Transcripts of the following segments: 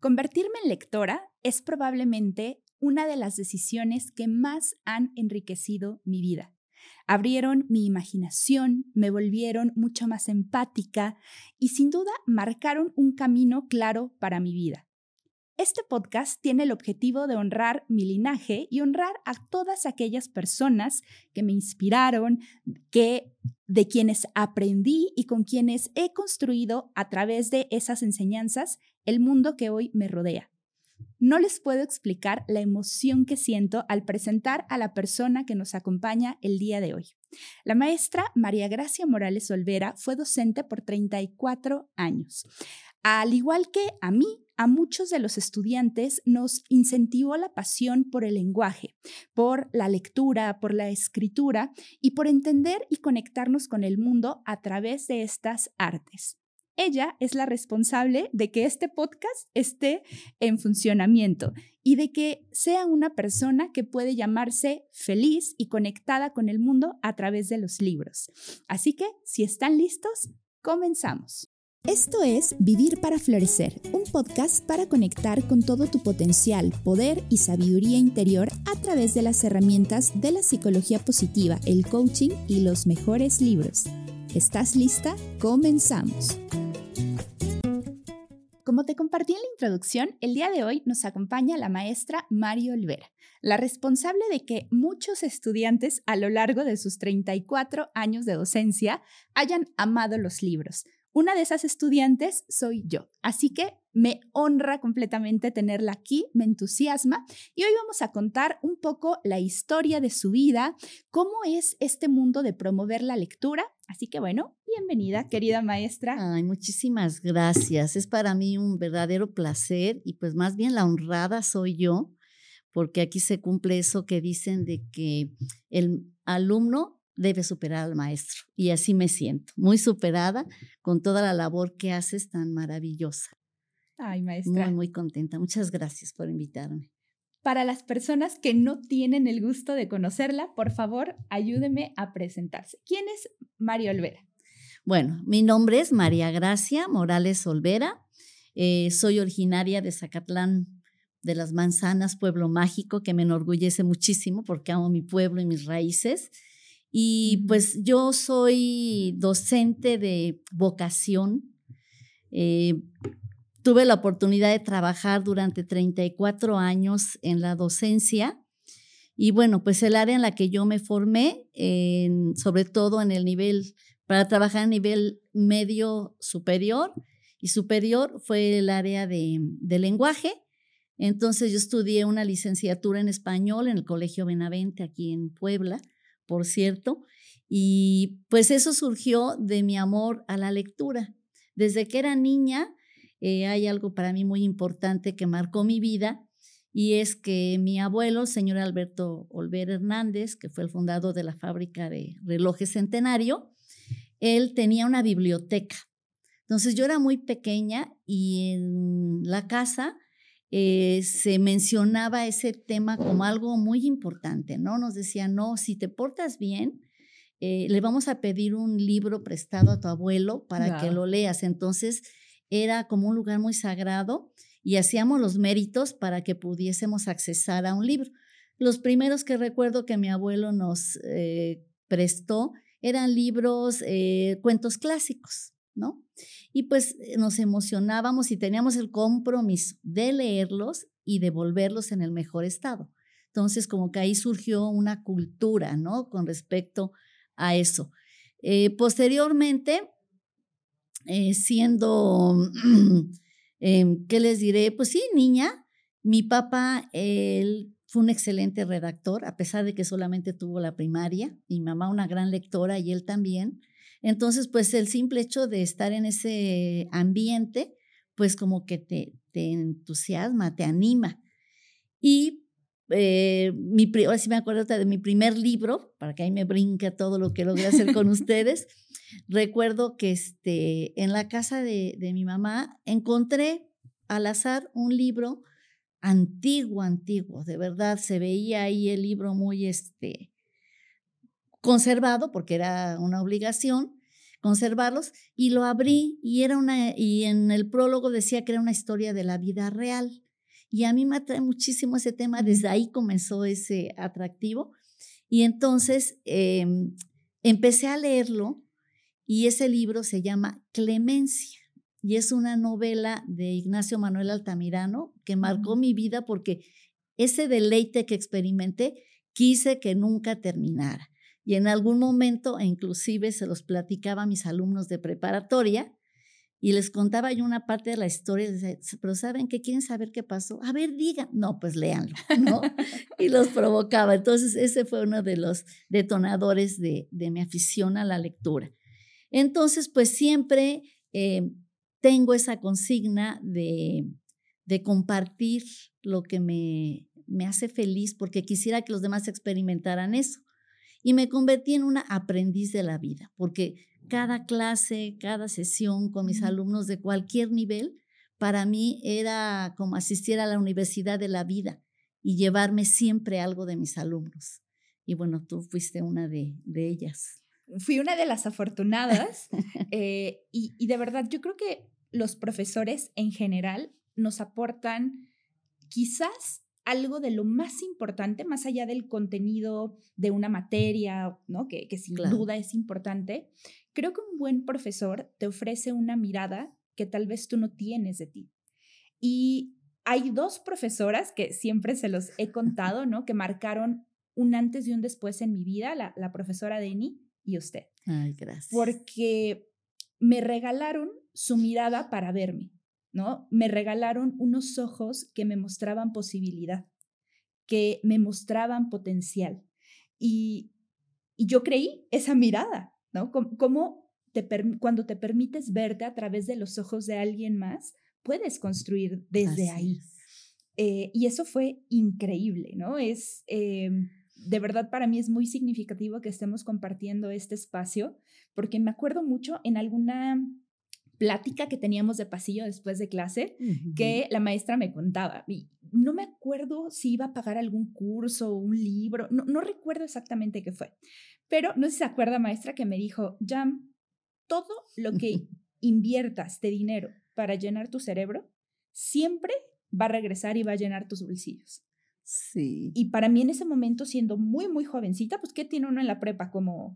Convertirme en lectora es probablemente una de las decisiones que más han enriquecido mi vida. Abrieron mi imaginación, me volvieron mucho más empática y sin duda marcaron un camino claro para mi vida. Este podcast tiene el objetivo de honrar mi linaje y honrar a todas aquellas personas que me inspiraron, de quienes aprendí y con quienes he construido a través de esas enseñanzas el mundo que hoy me rodea. No les puedo explicar la emoción que siento al presentar a la persona que nos acompaña el día de hoy. La maestra María Gracia Morales Olvera fue docente por 34 años. Al igual que a mí, a muchos de los estudiantes nos incentivó la pasión por el lenguaje, por la lectura, por la escritura y por entender y conectarnos con el mundo a través de estas artes. Ella es la responsable de que este podcast esté en funcionamiento y de que sea una persona que puede llamarse feliz y conectada con el mundo a través de los libros. Así que, si están listos, comenzamos. Esto es Vivir para Florecer, un podcast para conectar con todo tu potencial, poder y sabiduría interior a través de las herramientas de la psicología positiva, el coaching y los mejores libros. ¿Estás lista? Comenzamos. Como te compartí en la introducción, el día de hoy nos acompaña la maestra María Olvera, la responsable de que muchos estudiantes a lo largo de sus 34 años de docencia hayan amado los libros. Una de esas estudiantes soy yo, así que me honra completamente tenerla aquí, me entusiasma y hoy vamos a contar un poco la historia de su vida, cómo es este mundo de promover la lectura. Así que bueno, bienvenida, querida maestra. Ay, muchísimas gracias. Es para mí un verdadero placer y pues más bien la honrada soy yo, porque aquí se cumple eso que dicen de que el alumno debe superar al maestro y así me siento, muy superada con toda la labor que haces tan maravillosa. Ay, maestra. Muy, muy contenta. Muchas gracias por invitarme. Para las personas que no tienen el gusto de conocerla, por favor, ayúdeme a presentarse. ¿Quién es María Olvera? Bueno, mi nombre es María Gracia Morales Olvera. Soy originaria de Zacatlán de las Manzanas, pueblo mágico, que me enorgullece muchísimo porque amo mi pueblo y mis raíces. Y pues yo soy docente de vocación. Tuve la oportunidad de trabajar durante 34 años en la docencia y bueno, pues el área en la que yo me formé, sobre todo en el nivel, para trabajar a nivel medio superior y superior fue el área de lenguaje. Entonces yo estudié una licenciatura en español en el Colegio Benavente aquí en Puebla, por cierto, y pues eso surgió de mi amor a la lectura. Desde que era niña, hay algo para mí muy importante que marcó mi vida y es que mi abuelo, el señor Alberto Olvera Hernández, que fue el fundador de la fábrica de relojes Centenario, él tenía una biblioteca. Entonces yo era muy pequeña y en la casa se mencionaba ese tema como algo muy importante, ¿no? Nos decían, no, si te portas bien, le vamos a pedir un libro prestado a tu abuelo para que lo leas. Entonces era como un lugar muy sagrado y hacíamos los méritos para que pudiésemos accesar a un libro. Los primeros que recuerdo que mi abuelo nos prestó eran libros, cuentos clásicos, ¿no? Y pues nos emocionábamos y teníamos el compromiso de leerlos y devolverlos en el mejor estado. Entonces, como que ahí surgió una cultura, ¿no? Con respecto a eso. Posteriormente, siendo, ¿qué les diré? Pues sí, niña, mi papá, él fue un excelente redactor, a pesar de que solamente tuvo la primaria, mi mamá una gran lectora y él también. Entonces, pues el simple hecho de estar en ese ambiente, pues como que te entusiasma, te anima. Y ahora sí me acuerdo de mi primer libro, para que ahí me brinque todo lo que logré hacer con ustedes. Recuerdo que en la casa de mi mamá encontré al azar un libro antiguo, de verdad, se veía ahí el libro muy conservado, porque era una obligación, conservarlos, y lo abrí y en el prólogo decía que era una historia de la vida real. Y a mí me atrae muchísimo ese tema, desde ahí comenzó ese atractivo. Y entonces empecé a leerlo y ese libro se llama Clemencia y es una novela de Ignacio Manuel Altamirano que marcó mi vida porque ese deleite que experimenté quise que nunca terminara. Y en algún momento, inclusive se los platicaba a mis alumnos de preparatoria y les contaba yo una parte de la historia, y decía, pero ¿saben qué? ¿Quieren saber qué pasó? A ver, digan. No, pues léanlo, ¿no? Y los provocaba. Entonces, ese fue uno de los detonadores de mi afición a la lectura. Entonces, pues siempre tengo esa consigna de compartir lo que me hace feliz, porque quisiera que los demás experimentaran eso. Y me convertí en una aprendiz de la vida, porque cada clase, cada sesión con mis alumnos de cualquier nivel, para mí era como asistir a la universidad de la vida y llevarme siempre algo de mis alumnos. Y bueno, tú fuiste una de ellas. Fui una de las afortunadas y de verdad yo creo que los profesores en general nos aportan quizás algo de lo más importante, más allá del contenido de una materia, ¿no? que sin duda es importante. Creo que un buen profesor te ofrece una mirada que tal vez tú no tienes de ti. Y hay dos profesoras que siempre se los he contado, ¿no? Que marcaron un antes y un después en mi vida, la profesora Deni y usted. Ay, gracias. Porque me regalaron su mirada para verme, ¿no? Me regalaron unos ojos que me mostraban posibilidad, que me mostraban potencial. Y yo creí esa mirada, ¿no? Cómo cuando te permites verte a través de los ojos de alguien más, puedes construir desde ahí. Y eso fue increíble, ¿no? De verdad, para mí es muy significativo que estemos compartiendo este espacio, porque me acuerdo mucho en alguna plática que teníamos de pasillo después de clase, que la maestra me contaba. Y no me acuerdo si iba a pagar algún curso o un libro, no recuerdo exactamente qué fue, pero no sé si se acuerda, maestra, que me dijo, Jam, todo lo que inviertas de dinero para llenar tu cerebro, siempre va a regresar y va a llenar tus bolsillos. Sí. Y para mí en ese momento, siendo muy, muy jovencita, pues, ¿qué tiene uno en la prepa? ¿Como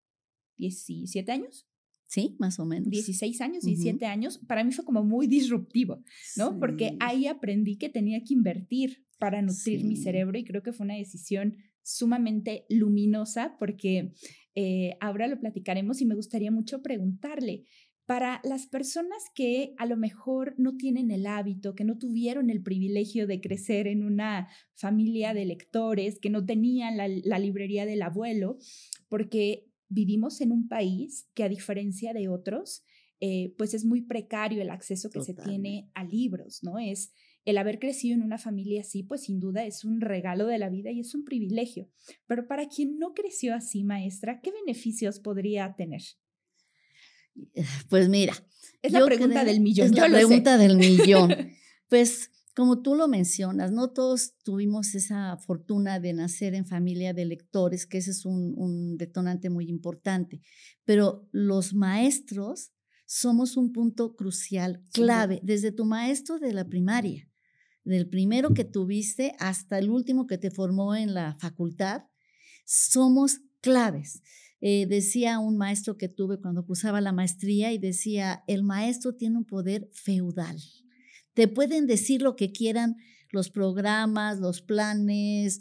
17 años? Sí, más o menos. 16 años, 17 años, para mí fue como muy disruptivo, ¿no? Sí. Porque ahí aprendí que tenía que invertir para nutrir mi cerebro y creo que fue una decisión sumamente luminosa porque ahora lo platicaremos y me gustaría mucho preguntarle, para las personas que a lo mejor no tienen el hábito, que no tuvieron el privilegio de crecer en una familia de lectores, que no tenían la librería del abuelo, porque vivimos en un país que a diferencia de otros, pues es muy precario el acceso que se tiene a libros, ¿no? El haber crecido en una familia así, pues sin duda es un regalo de la vida y es un privilegio. Pero para quien no creció así, maestra, ¿qué beneficios podría tener? Pues mira. Es la pregunta del millón. Es la pregunta del millón. Pues como tú lo mencionas, no todos tuvimos esa fortuna de nacer en familia de lectores, que ese es un detonante muy importante, pero los maestros somos un punto crucial, clave, desde tu maestro de la primaria, del primero que tuviste hasta el último que te formó en la facultad, somos claves. Decía un maestro que tuve cuando cursaba la maestría y decía, el maestro tiene un poder feudal. Te pueden decir lo que quieran los programas, los planes,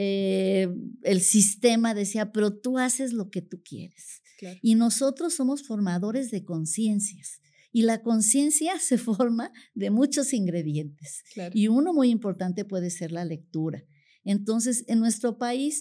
el sistema, decía, pero tú haces lo que tú quieres. Claro. Y nosotros somos formadores de conciencias. Y la conciencia se forma de muchos ingredientes. Claro. Y uno muy importante puede ser la lectura. Entonces, en nuestro país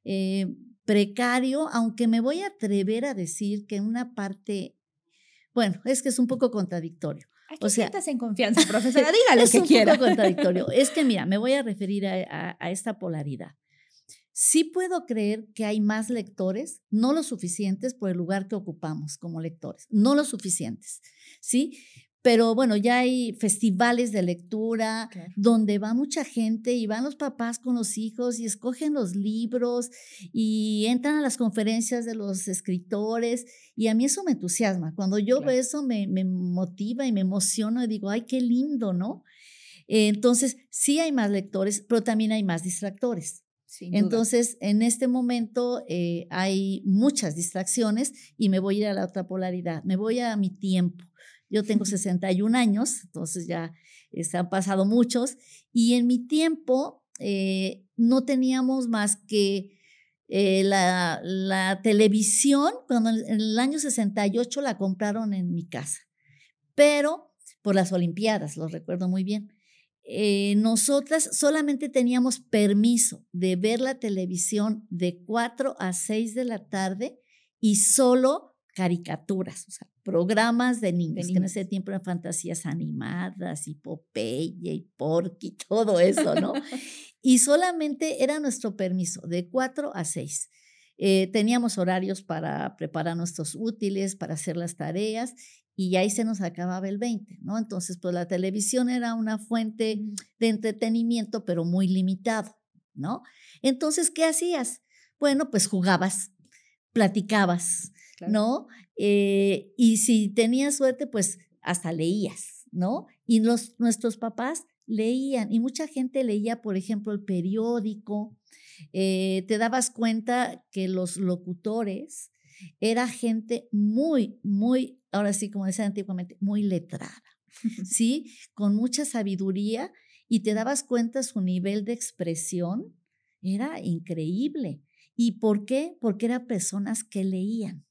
precario, aunque me voy a atrever a decir que una parte, bueno, es que es un poco contradictorio. Aquí sientas en confianza, profesora, diga lo que quiera. Es un poco contradictorio. Es que, mira, me voy a referir a esta polaridad. Sí puedo creer que hay más lectores, no lo suficientes por el lugar que ocupamos como lectores, no lo suficientes, ¿sí? Pero bueno, ya hay festivales de lectura Claro. donde va mucha gente y van los papás con los hijos y escogen los libros y entran a las conferencias de los escritores y a mí eso me entusiasma. Cuando yo Claro. veo eso me motiva y me emociono y digo, ay, qué lindo, ¿no? Entonces, sí hay más lectores, pero también hay más distractores. Sin duda. Entonces, en este momento hay muchas distracciones y me voy a ir a la otra polaridad, me voy a mi tiempo. Yo tengo 61 años, entonces ya se han pasado muchos, y en mi tiempo no teníamos más que la televisión, cuando en el año 68 la compraron en mi casa, pero por las Olimpiadas, lo recuerdo muy bien. Nosotras solamente teníamos permiso de ver la televisión de 4 a 6 de la tarde y solo caricaturas, o sea, programas de niños, que en ese tiempo eran fantasías animadas, y Popeye y Porky, todo eso, ¿no? Y solamente era nuestro permiso de 4 a 6. Teníamos horarios para preparar nuestros útiles, para hacer las tareas, y ahí se nos acababa el 20, ¿no? Entonces, pues la televisión era una fuente de entretenimiento, pero muy limitado, ¿no? Entonces, ¿qué hacías? Bueno, pues jugabas, platicabas, Claro. ¿no? Y si tenías suerte, pues hasta leías, ¿no? Y nuestros papás leían, y mucha gente leía, por ejemplo, el periódico. Te dabas cuenta que los locutores era gente muy, muy, ahora sí, como decía antiguamente, muy letrada, ¿sí? Con mucha sabiduría, y te dabas cuenta su nivel de expresión era increíble. ¿Y por qué? Porque eran personas que leían.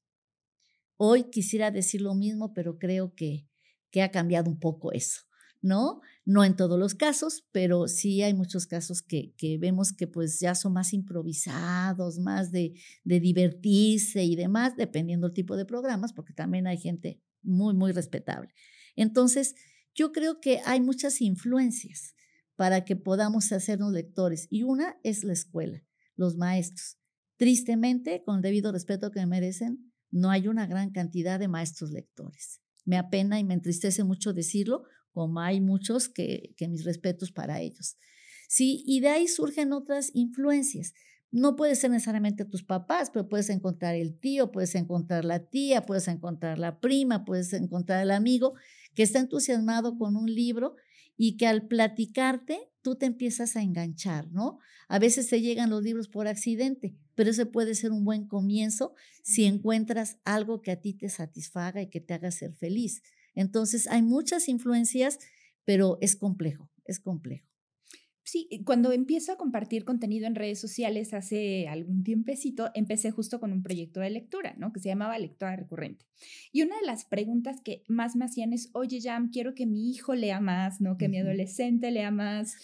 Hoy quisiera decir lo mismo, pero creo que ha cambiado un poco eso, ¿no? No en todos los casos, pero sí hay muchos casos que vemos que pues ya son más improvisados, más de divertirse y demás, dependiendo del tipo de programas, porque también hay gente muy, muy respetable. Entonces, yo creo que hay muchas influencias para que podamos hacernos lectores, y una es la escuela, los maestros. Tristemente, con el debido respeto que me merecen, no hay una gran cantidad de maestros lectores. Me apena y me entristece mucho decirlo, como hay muchos que mis respetos para ellos. Sí, y de ahí surgen otras influencias. No puede ser necesariamente tus papás, pero puedes encontrar el tío, puedes encontrar la tía, puedes encontrar la prima, puedes encontrar el amigo que está entusiasmado con un libro y que al platicarte tú te empiezas a enganchar, ¿no? A veces te llegan los libros por accidente, pero ese puede ser un buen comienzo si encuentras algo que a ti te satisfaga y que te haga ser feliz. Entonces, hay muchas influencias, pero es complejo, es complejo. Sí, cuando empiezo a compartir contenido en redes sociales hace algún tiempecito, empecé justo con un proyecto de lectura, ¿no? Que se llamaba Lectora Recurrente. Y una de las preguntas que más me hacían es, oye, Jam, quiero que mi hijo lea más, ¿no? Que mi adolescente lea más.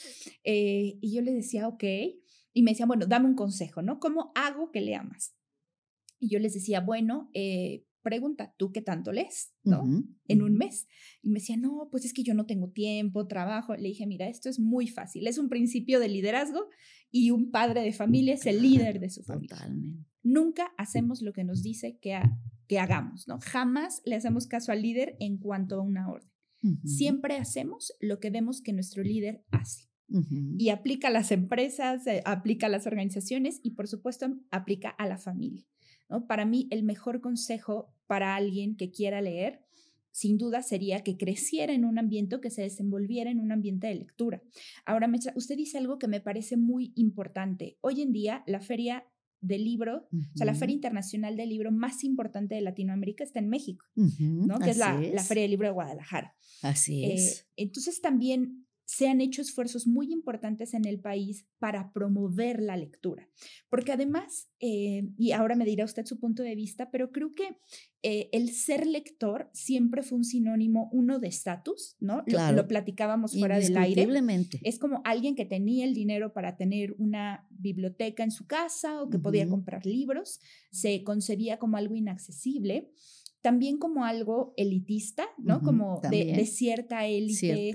Y yo le decía, ok. Y me decían, bueno, dame un consejo, ¿no? ¿Cómo hago que lea más? Y yo les decía, bueno, pregunta, ¿tú qué tanto lees? ¿No? En un mes. Y me decía, no, pues es que yo no tengo tiempo, trabajo. Le dije, mira, esto es muy fácil. Es un principio de liderazgo y un padre de familia es el líder de su familia. Totalmente. Nunca hacemos lo que nos dice que hagamos, ¿no? Jamás le hacemos caso al líder en cuanto a una orden. Siempre hacemos lo que vemos que nuestro líder hace. Y aplica a las empresas, aplica a las organizaciones y, por supuesto, aplica a la familia, ¿no? Para mí, el mejor consejo para alguien que quiera leer, sin duda, sería que creciera en un ambiente, que se desenvolviera en un ambiente de lectura. Ahora, usted dice algo que me parece muy importante. Hoy en día, la feria del libro, o sea, la Feria Internacional del Libro más importante de Latinoamérica está en México, ¿no? Que es la Feria del Libro de Guadalajara. Así es. Entonces, también se han hecho esfuerzos muy importantes en el país para promover la lectura, porque además, y ahora me dirá usted su punto de vista, pero creo que el ser lector siempre fue un sinónimo, uno de estatus, ¿no? Claro. Lo platicábamos fuera del aire. Indiscutiblemente. Es como alguien que tenía el dinero para tener una biblioteca en su casa o que podía comprar libros, se concebía como algo inaccesible. También como algo elitista, ¿no? Como de cierta élite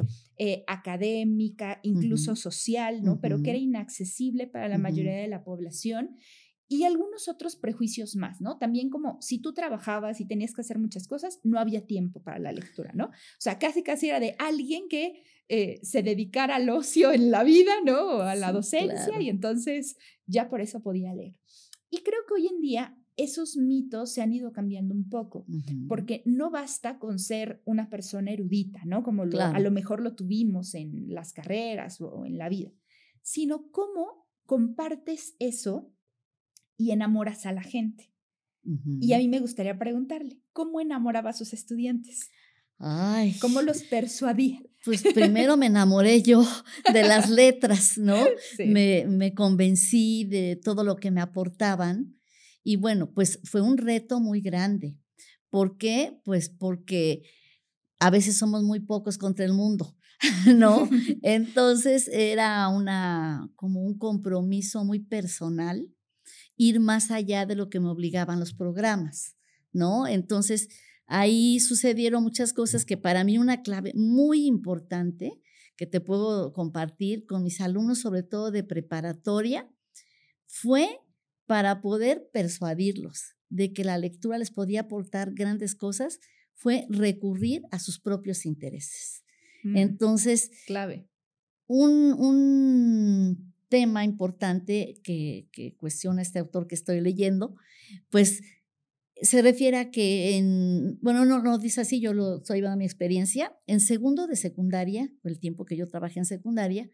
académica, incluso social, ¿no? Pero que era inaccesible para la mayoría de la población. y algunos otros prejuicios más, ¿no? También como si tú trabajabas y tenías que hacer muchas cosas, no había tiempo para la lectura, ¿no? O sea, casi era de alguien que se dedicara al ocio en la vida, ¿no? O a la Sí, docencia y claro. entonces ya por eso podía leer. Y creo que hoy en día esos mitos se han ido cambiando un poco, Ujú, porque no basta con ser una persona erudita, ¿no? Como a claro. lo mejor lo tuvimos en las carreras o en la vida, sino cómo compartes eso y enamoras a la gente. Y a Ujú. mí me gustaría preguntarle, ¿cómo enamoraba a sus estudiantes? Ay, ¿Cómo los persuadía? pues primero me enamoré yo de las letras, ¿no? Sí. Me convencí de todo lo que me aportaban y bueno, pues fue un reto muy grande. ¿Por qué? Pues porque a veces somos muy pocos contra el mundo, ¿no? Entonces era como un compromiso muy personal ir más allá de lo que me obligaban los programas, ¿no? Entonces, ahí sucedieron muchas cosas que para mí una clave muy importante que te puedo compartir con mis alumnos, sobre todo de preparatoria, fue para poder persuadirlos de que la lectura les podía aportar grandes cosas, fue recurrir a sus propios intereses. Entonces, Clave. un tema importante que cuestiona este autor que estoy leyendo, pues, se refiere a que bueno, no dice así, yo lo estoy llevando a mi experiencia. En segundo de secundaria, por el tiempo que yo trabajé en secundaria,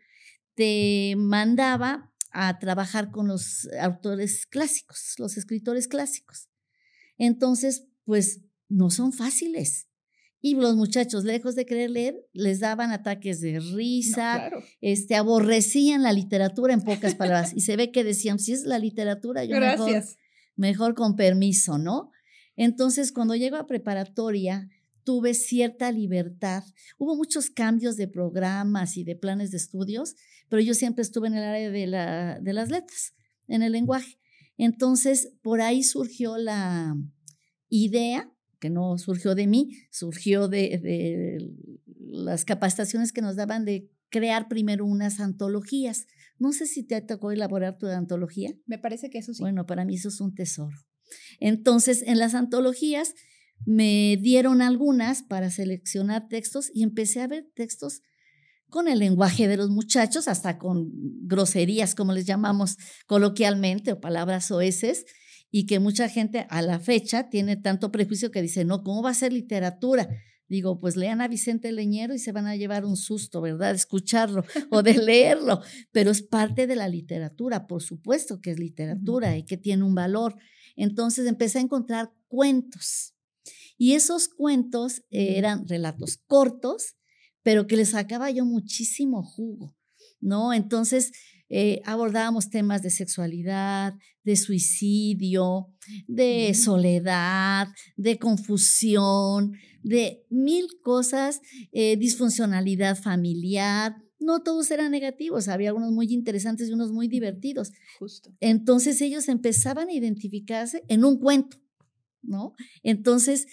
te mandaba a trabajar con los autores clásicos, los escritores clásicos. Entonces, pues, no son fáciles. Y los muchachos, lejos de querer leer, les daban ataques de No, risa, claro. aborrecían la literatura, en pocas palabras, y se ve que decían: "Si es la literatura, yo Gracias. mejor con permiso", ¿no? Entonces, cuando llego a preparatoria, tuve cierta libertad. Hubo muchos cambios de programas y de planes de estudios, pero yo siempre estuve en el área de las letras, en el lenguaje. Entonces, por ahí surgió la idea, que no surgió de mí, surgió de las capacitaciones que nos daban de crear primero unas antologías. No sé si te tocó elaborar tu antología. Me parece que eso sí. Bueno, para mí eso es un tesoro. Entonces, en las antologías me dieron algunas para seleccionar textos y empecé a ver textos con el lenguaje de los muchachos, hasta con groserías, como les llamamos coloquialmente, o palabras soeces, y que mucha gente a la fecha tiene tanto prejuicio que dice, no, ¿cómo va a ser literatura? Digo, pues lean a Vicente Leñero y se van a llevar un susto, ¿verdad? De escucharlo o de leerlo, pero es parte de la literatura, por supuesto que es literatura y que tiene un valor. Entonces empecé a encontrar cuentos y esos cuentos eran relatos cortos, pero que les sacaba yo muchísimo jugo, ¿no? Entonces, abordábamos temas de sexualidad, de suicidio, de soledad, de confusión, de mil cosas, disfuncionalidad familiar. No todos eran negativos, había unos muy interesantes y unos muy divertidos. Justo. Entonces ellos empezaban a identificarse en un cuento, ¿no? Entonces,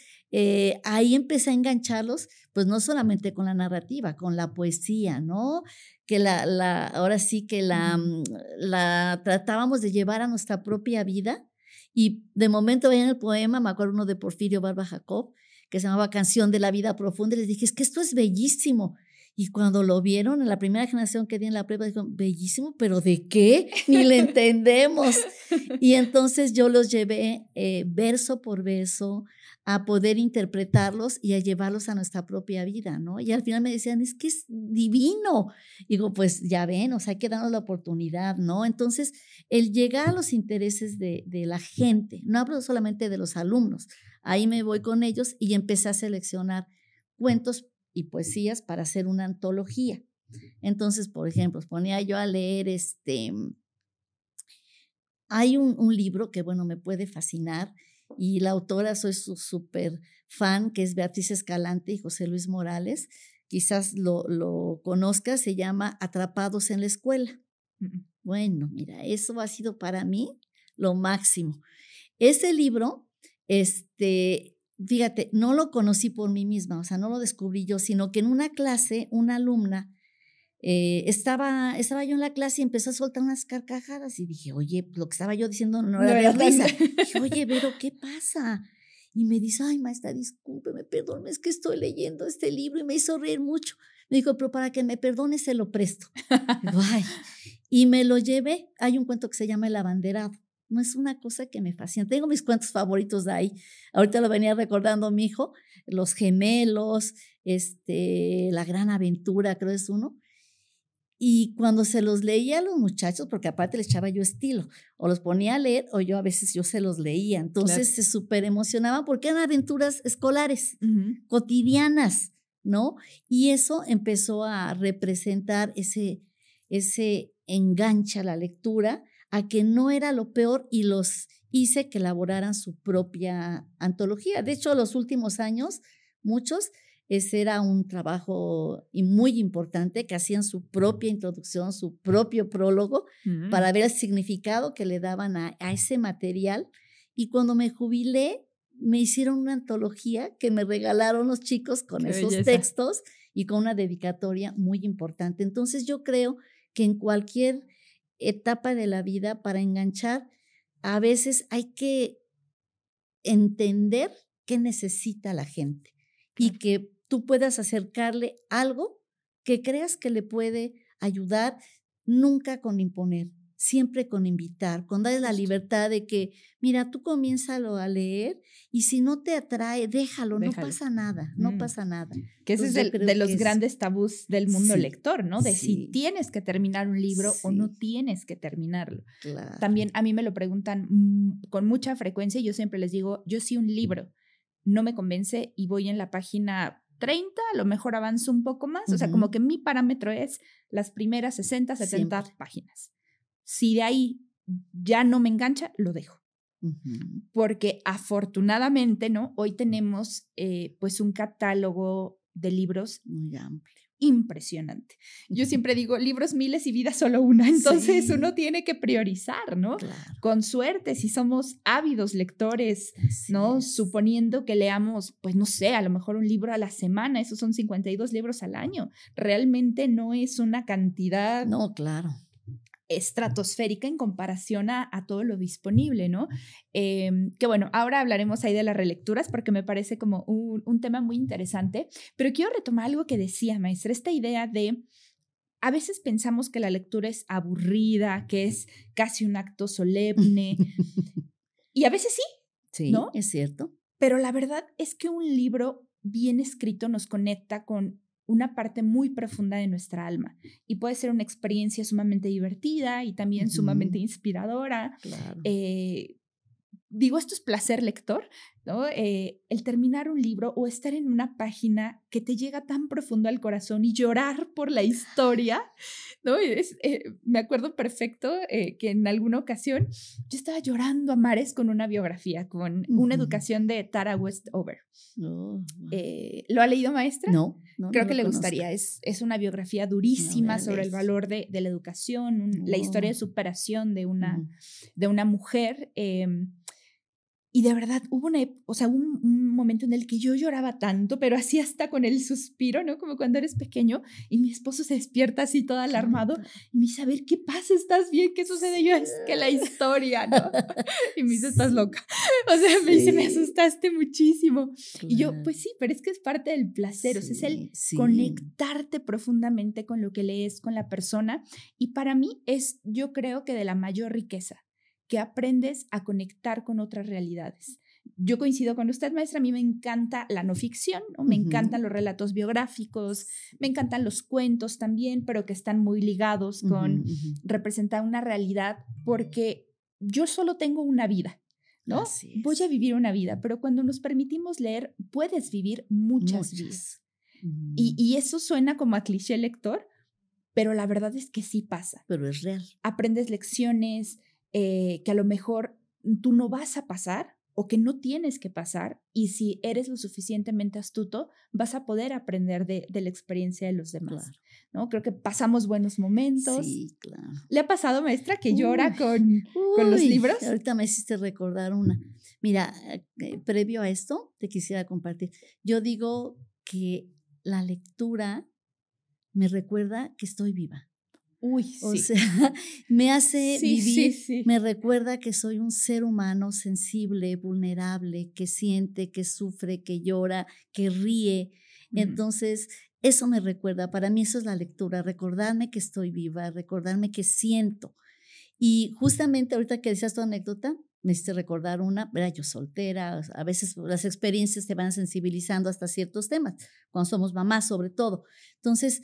ahí empecé a engancharlos, pues no solamente con la narrativa, con la poesía, ¿no? Que ahora sí que la tratábamos de llevar a nuestra propia vida y de momento veían el poema, me acuerdo uno de Porfirio Barba Jacob, que se llamaba Canción de la Vida Profunda, y les dije, es que esto es bellísimo. Y cuando lo vieron, en la primera generación que di en la prueba, dijeron, bellísimo, pero ¿de qué? Ni le entendemos. Y entonces yo los llevé verso por verso a poder interpretarlos y a llevarlos a nuestra propia vida, ¿no? Y al final me decían, es que es divino. Digo, pues ya ven, o sea, hay que darnos la oportunidad, ¿no? Entonces, el llegar a los intereses de la gente, no hablo solamente de los alumnos, ahí me voy con ellos y empecé a seleccionar cuentos y poesías para hacer una antología. Entonces, por ejemplo, ponía yo a leer hay un libro que, bueno, me puede fascinar y la autora soy su súper fan, que es Beatriz Escalante y José Luis Morales. Quizás lo conozcas, se llama Atrapados en la escuela. Bueno, mira, eso ha sido para mí lo máximo. Ese libro, fíjate, no lo conocí por mí misma, o sea, no lo descubrí yo, sino que en una clase, una alumna estaba yo en la clase y empezó a soltar unas carcajadas y dije, oye, lo que estaba yo diciendo no No era de era risa. tan- Dije, oye, Vero, ¿qué pasa? Y me dice, ay, maestra, discúlpeme, perdóneme, es que estoy leyendo este libro y me hizo reír mucho. Me dijo, pero para que me perdone se lo presto. Digo, ay, y me lo llevé. Hay un cuento que se llama El abanderado. No es una cosa que me fascina. Tengo mis cuentos favoritos de ahí. Ahorita lo venía recordando mi hijo, Los Gemelos, La Gran Aventura, creo es uno. Y cuando se los leía a los muchachos, porque aparte les echaba yo estilo, o los ponía a leer, o yo a veces yo se los leía. Entonces Claro. se súper emocionaban porque eran aventuras escolares, Ujú. cotidianas, ¿no? Y eso empezó a representar ese enganche a la lectura, a que no era lo peor y los hice que elaboraran su propia antología. De hecho, los últimos años, muchos ese era un trabajo muy importante, que hacían su propia introducción, su propio prólogo, para ver el significado que le daban a ese material. Y cuando me jubilé, me hicieron una antología que me regalaron los chicos con Qué esos belleza. textos y con una dedicatoria muy importante. Entonces yo creo que en cualquier etapa de la vida, para enganchar, a veces hay que entender qué necesita la gente y Claro. que tú puedas acercarle algo que creas que le puede ayudar, nunca con imponer, siempre con invitar, con darle la Justo. libertad de que, mira, tú comiénzalo a leer y si no te atrae, déjalo, no Déjalo. pasa nada, no pasa nada. Que ese Entonces es yo de creo los que es, grandes tabús del mundo sí, lector, ¿no? De si sí, tienes que terminar un libro o no sí, tienes que terminarlo. claro. También a mí me lo preguntan con mucha frecuencia y yo siempre les digo, yo sí un libro no me convence y voy en la página 30, a lo mejor avanzo un poco más, o sea, como Ujú, que mi parámetro es las primeras 60, 70 siempre. páginas. Si de ahí ya no me engancha, lo dejo. Ujú, Porque afortunadamente, ¿no? Hoy tenemos pues un catálogo de libros muy amplio. impresionante. Yo siempre digo, libros miles y vida solo una, entonces uno Sí, tiene que priorizar, ¿no? claro, Con suerte, si somos ávidos lectores, así ¿no? es. Suponiendo que leamos, pues no sé, a lo mejor un libro a la semana, esos son 52 libros al año. Realmente no es una cantidad No, claro. estratosférica en comparación a todo lo disponible, ¿no? Que bueno, ahora hablaremos ahí de las relecturas porque me parece como un tema muy interesante, pero quiero retomar algo que decía, maestra, esta idea de, a veces pensamos que la lectura es aburrida, que es casi un acto solemne, y a veces sí, Sí, ¿no? es cierto. Pero la verdad es que un libro bien escrito nos conecta con una parte muy profunda de nuestra alma y puede ser una experiencia sumamente divertida y también sumamente Ujú, inspiradora. claro. Eh, Digo, esto es placer lector, ¿no? El terminar un libro o estar en una página que te llega tan profundo al corazón y llorar por la historia, ¿no? Me acuerdo perfecto que en alguna ocasión yo estaba llorando a mares con una biografía, con una Ujú. educación de Tara Westover. Oh, wow. ¿Lo ha leído, maestra? No, no, no Creo que lo le conozco. gustaría. Es una biografía La voy durísima a sobre leer. el valor de la educación, la historia Oh, de superación ujú. de una mujer. Y de verdad hubo o sea, un momento en el que yo lloraba tanto, pero así hasta con el suspiro, ¿no? Como cuando eres pequeño y mi esposo se despierta así todo ¿Qué alarmado tal? y me dice, a ver, ¿qué pasa? ¿Estás bien? ¿Qué sucede? Y yo, es que la historia, ¿no? Y me dice, estás Sí, loca. O sea, me dice, me sí, asustaste muchísimo. Y yo, claro. pues sí, pero es que es parte del placer, o sea, es el Sí, sí. conectarte profundamente con lo que lees, con la persona. Y para mí es, yo creo que de la mayor riqueza que aprendes a conectar con otras realidades. Yo coincido con usted, maestra, a mí me encanta la no ficción, ¿no? Me Ujú, encantan los relatos biográficos, sí, me encantan los cuentos también, pero que están muy ligados ujú, con ujú. representar una realidad, porque yo solo tengo una vida, ¿no? Así Voy a es. vivir una vida, pero cuando nos permitimos leer, puedes vivir muchas Muchas. vidas. Mm, Y eso suena como a cliché lector, pero la verdad es que sí pasa. pero es real. Aprendes lecciones que a lo mejor tú no vas a pasar o que no tienes que pasar y si eres lo suficientemente astuto, vas a poder aprender de la experiencia de los demás, Claro. ¿no? Creo que pasamos buenos momentos. Sí, claro. ¿Le ha pasado, maestra, que llora Uy, con los uy, libros? ahorita me hiciste recordar una. Mira, previo a esto, te quisiera compartir. Yo digo que la lectura me recuerda que estoy viva. Uy, sí. O sea, me hace vivir, sí. me recuerda que soy un ser humano sensible, vulnerable, que siente, que sufre, que llora, que ríe. Entonces, eso me recuerda, para mí eso es la lectura, recordarme que estoy viva, recordarme que siento. Y justamente ahorita que decías tu anécdota, me hiciste recordar una, era yo soltera, a veces las experiencias te van sensibilizando hasta ciertos temas, cuando somos mamás sobre todo. Entonces,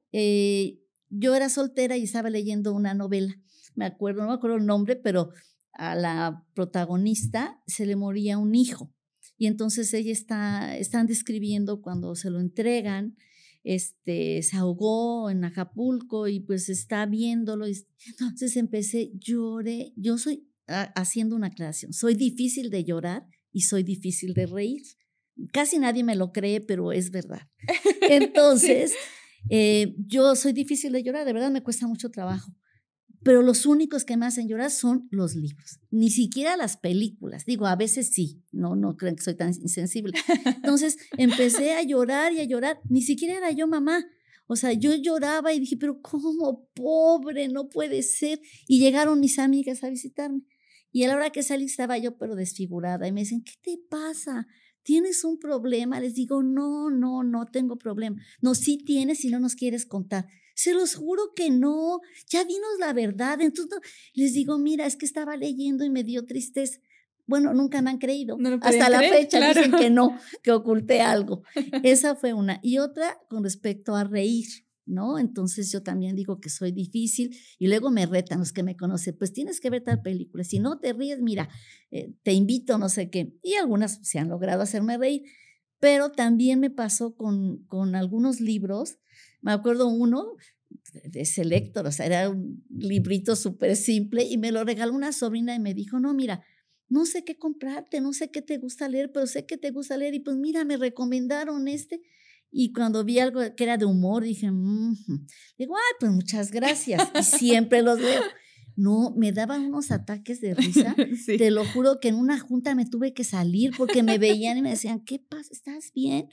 yo era soltera y estaba leyendo una novela, no me acuerdo el nombre, pero a la protagonista se le moría un hijo. Y entonces están describiendo cuando se lo entregan, se ahogó en Acapulco y pues está viéndolo. Entonces lloré. Yo soy, haciendo una aclaración, soy difícil de llorar y soy difícil de reír. Casi nadie me lo cree, pero es verdad. Entonces, yo soy difícil de llorar, de verdad me cuesta mucho trabajo. Pero los únicos que me hacen llorar son los libros, ni siquiera las películas. Digo, a veces sí, no creen que soy tan insensible. Entonces empecé a llorar y a llorar, ni siquiera era yo mamá. O sea, yo lloraba y dije, pero ¿cómo? Pobre, no puede ser. Y llegaron mis amigas a visitarme. Y a la hora que salí estaba yo pero desfigurada y me dicen, ¿qué te pasa? ¿Tienes un problema? Les digo, no tengo problema. No, sí tienes y no nos quieres contar. Se los juro que no, ya dinos la verdad. Entonces les digo, mira, es que estaba leyendo y me dio tristeza. Bueno, nunca me han creído. No hasta la fecha claro. Dicen que no, que oculté algo. Esa fue una. Y otra con respecto a reír, ¿no? Entonces yo también digo que soy difícil y luego me retan los que me conocen, pues tienes que ver tal película. Si no te ríes, mira, te invito, no sé qué. Y algunas se han logrado hacerme reír. Pero también me pasó con algunos libros. Me acuerdo uno de Selector, o sea, era un librito súper simple y me lo regaló una sobrina y me dijo, no, mira, no sé qué comprarte, no sé qué te gusta leer, pero sé que te gusta leer y pues mira, me recomendaron este. Y cuando vi algo que era de humor, dije, digo, ay, pues muchas gracias. Y siempre los leo. No, me daban unos ataques de risa. Sí. Te lo juro que en una junta me tuve que salir porque me veían y me decían, ¿qué pasa? ¿Estás bien?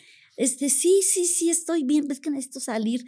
Sí, estoy bien. ¿Ves que necesito salir?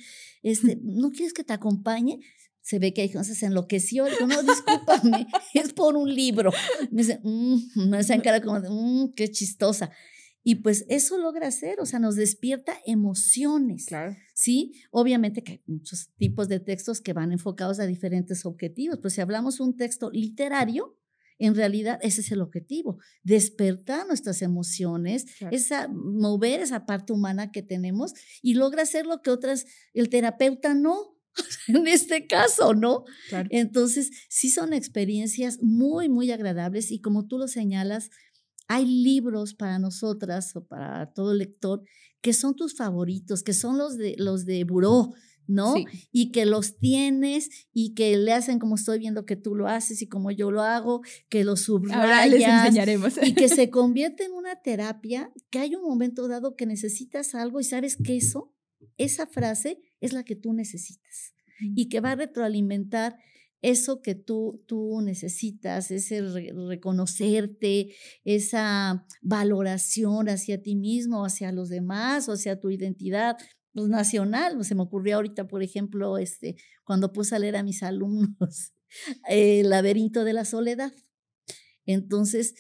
¿No quieres que te acompañe? Se ve que entonces se enloqueció. Digo, no, discúlpame, es por un libro. Me dice, me hacen cara como de, qué chistosa. Y pues eso logra hacer, o sea, nos despierta emociones. Claro. Sí, obviamente que hay muchos tipos de textos que van enfocados a diferentes objetivos, pues si hablamos de un texto literario, en realidad ese es el objetivo, despertar nuestras emociones, claro. Mover esa parte humana que tenemos y logra hacer lo que el terapeuta no. En este caso, ¿no? Claro. Entonces, sí son experiencias muy, muy agradables y como tú lo señalas, hay libros para nosotras o para todo lector que son tus favoritos, que son los de buró, ¿no? Sí. Y que los tienes y que le hacen como estoy viendo que tú lo haces y como yo lo hago, que los subrayas. Ahora les enseñaremos. Y que se convierte en una terapia, que hay un momento dado que necesitas algo y sabes que esa frase es la que tú necesitas y que va a retroalimentar eso que tú necesitas, ese reconocerte, esa valoración hacia ti mismo, hacia los demás o hacia tu identidad pues, nacional. Se me ocurrió ahorita, por ejemplo, cuando puse a leer a mis alumnos El laberinto de la soledad. Entonces,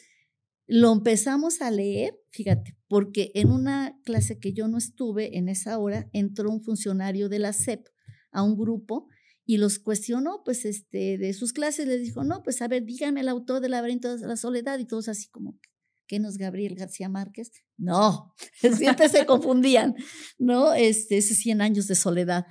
lo empezamos a leer, fíjate, porque en una clase que yo no estuve en esa hora, entró un funcionario de la SEP a un grupo y los cuestionó, pues, de sus clases, les dijo, no, pues, a ver, dígame el autor del laberinto de la soledad, y todos así como, ¿qué no es Gabriel García Márquez? No, siempre se confundían, ¿no? Esos 100 años de soledad.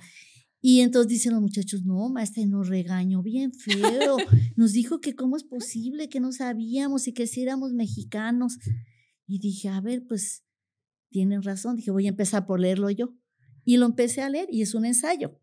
Y entonces dicen los muchachos, no, maestra, nos regañó bien feo, nos dijo que cómo es posible que no sabíamos y que si éramos mexicanos. Y dije, a ver, pues, tienen razón, dije, voy a empezar por leerlo yo. Y lo empecé a leer y es un ensayo.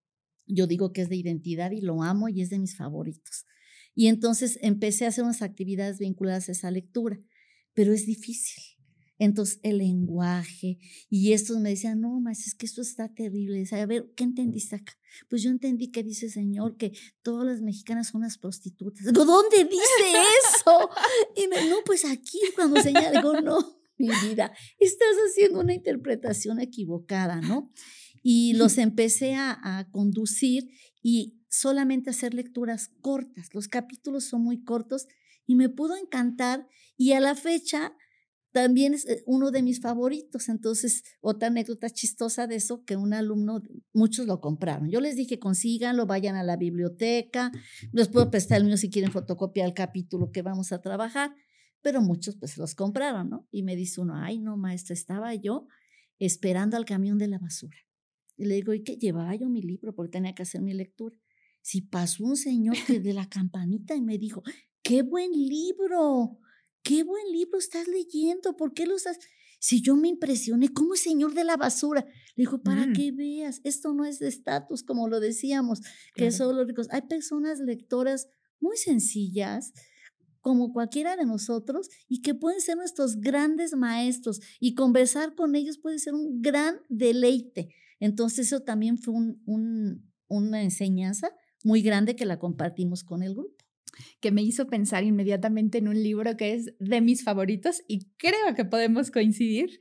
Yo digo que es de identidad y lo amo y es de mis favoritos. Y entonces empecé a hacer unas actividades vinculadas a esa lectura, pero es difícil. Entonces el lenguaje y estos me decían, no, maestra, es que esto está terrible. A ver, ¿qué entendiste acá? Pues yo entendí que dice señor que todas las mexicanas son las prostitutas. Digo, ¿dónde dice eso? Y no, pues aquí cuando señala, digo, no, mi vida, estás haciendo una interpretación equivocada, ¿no? y los empecé a conducir y solamente hacer lecturas cortas. Los capítulos son muy cortos y me pudo encantar y a la fecha también es uno de mis favoritos. Entonces, otra anécdota chistosa de eso, que un alumno, muchos lo compraron. Yo les dije, consíganlo, vayan a la biblioteca, les puedo prestar el mío si quieren fotocopiar el capítulo que vamos a trabajar, pero muchos pues los compraron, ¿no? Y me dice uno, ay no maestra, estaba yo esperando al camión de la basura. Y le digo, ¿y qué? Llevaba yo mi libro porque tenía que hacer mi lectura. Si pasó un señor que de la campanita y me dijo, ¡qué buen libro! ¡Qué buen libro estás leyendo! ¿Por qué lo estás...? Si yo me impresioné, ¿cómo es señor de la basura? Le digo, para que veas, esto no es de estatus, como lo decíamos, que son los ricos. Hay personas lectoras muy sencillas, como cualquiera de nosotros, y que pueden ser nuestros grandes maestros, y conversar con ellos puede ser un gran deleite. Entonces, eso también fue una enseñanza muy grande que la compartimos con el grupo. Que me hizo pensar inmediatamente en un libro que es de mis favoritos y creo que podemos coincidir,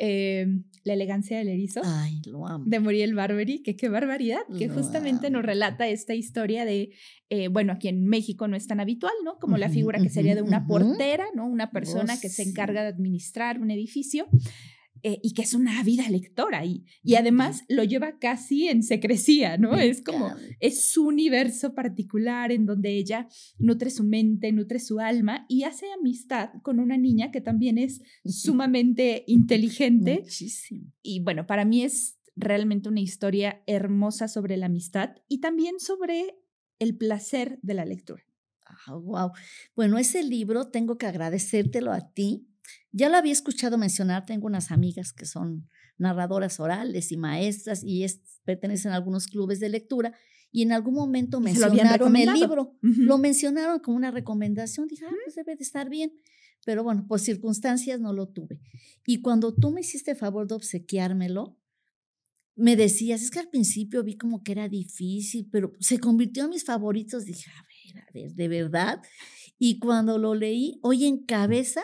La elegancia del erizo. Ay, lo amo. De Muriel Barbery, que qué barbaridad, que justamente nos relata esta historia de, bueno, aquí en México no es tan habitual, ¿no? Como la figura que sería de una portera, ¿no? Una persona que se encarga de administrar un edificio. Y que es una ávida lectora y además lo lleva casi en secrecía, ¿no? Es como, es su universo particular en donde ella nutre su mente, nutre su alma y hace amistad con una niña que también es sumamente inteligente. Muchísimo. Y bueno, para mí es realmente una historia hermosa sobre la amistad y también sobre el placer de la lectura. Wow. Bueno, ese libro tengo que agradecértelo a ti. Ya lo había escuchado mencionar, tengo unas amigas que son narradoras orales y maestras y pertenecen a algunos clubes de lectura y en algún momento mencionaron el libro, lo mencionaron como una recomendación, dije, pues debe de estar bien, pero bueno, por circunstancias no lo tuve. Y cuando tú me hiciste el favor de obsequiármelo, me decías, es que al principio vi como que era difícil, pero se convirtió en mis favoritos, dije, a ver, de verdad. Y cuando lo leí, hoy encabeza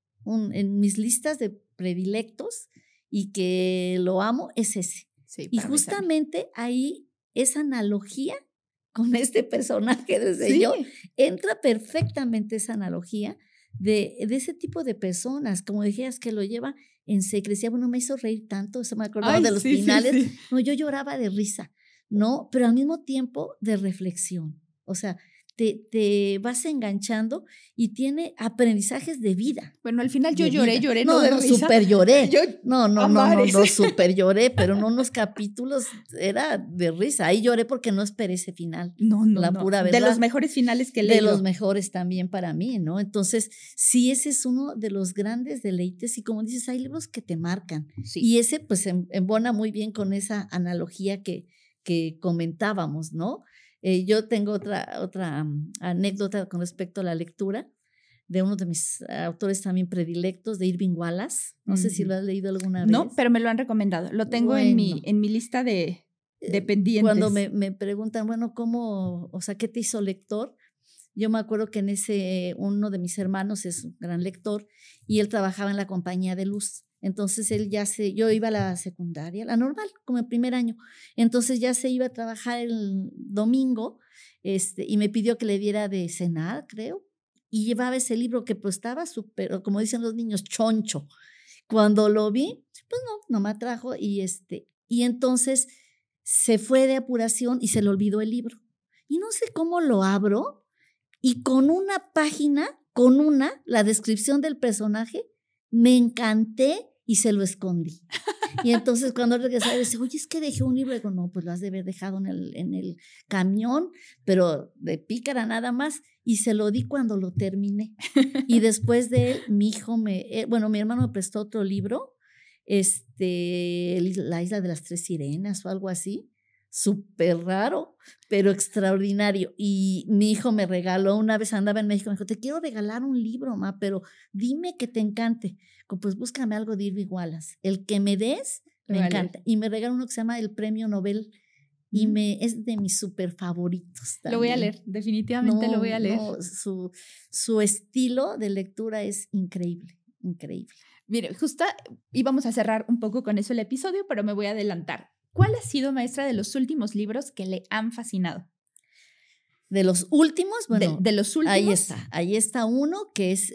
en mis listas de predilectos y que lo amo, es ese. Sí, y justamente ahí esa analogía con este personaje desde yo, entra perfectamente esa analogía de ese tipo de personas, como decías, que lo lleva en secrecía. Bueno, me hizo reír tanto, eso me acordaba de los finales. No, yo lloraba de risa, ¿no? Pero al mismo tiempo de reflexión. O sea, te vas enganchando y tiene aprendizajes de vida. Bueno, al final yo lloré, no de risa. Súper lloré. No, súper lloré, pero no unos capítulos, era de risa. Ahí lloré porque no esperé ese final. No. Pura verdad. De los mejores finales que leí. De los mejores también para mí, ¿no? Entonces, sí, ese es uno de los grandes deleites y como dices, hay libros que te marcan. Sí. Y ese pues embona muy bien con esa analogía que comentábamos, ¿no? Yo tengo otra anécdota con respecto a la lectura de uno de mis autores también predilectos, de Irving Wallace. No sé si lo has leído alguna vez. No, pero me lo han recomendado. Lo tengo en mi lista de pendientes. Cuando me preguntan, bueno, ¿cómo, o sea, qué te hizo lector? Yo me acuerdo que uno de mis hermanos es un gran lector y él trabajaba en la compañía de luz. Entonces yo iba a la secundaria, la normal, como el primer año. Entonces ya se iba a trabajar el domingo y me pidió que le diera de cenar, creo. Y llevaba ese libro que pues estaba súper, como dicen los niños, choncho. Cuando lo vi, pues no me atrajo y entonces se fue de apuración y se le olvidó el libro. Y no sé cómo lo abro y con una página, la descripción del personaje, me encanté y se lo escondí. Y entonces cuando regresaba decía, oye, es que dejé un libro. Y digo, no, pues lo has de haber dejado en el camión, pero de pícara nada más. Y se lo di cuando lo terminé. Y después de él, mi hermano me prestó otro libro, La isla de las tres sirenas o algo así. Súper raro, pero extraordinario. Y mi hijo me regaló, una vez andaba en México, me dijo, te quiero regalar un libro, ma, pero dime que te encante. Pues búscame algo de Irving Wallace. El que me des, me encanta. Y me regaló uno que se llama el Premio Nobel y es de mis súper favoritos también. Lo voy a leer, definitivamente lo voy a leer. Su estilo de lectura es increíble, increíble. Mire, justo íbamos a cerrar un poco con eso el episodio, pero me voy a adelantar. ¿Cuál ha sido, maestra, de los últimos libros que le han fascinado? De los últimos, bueno, de los últimos. Ahí está uno que es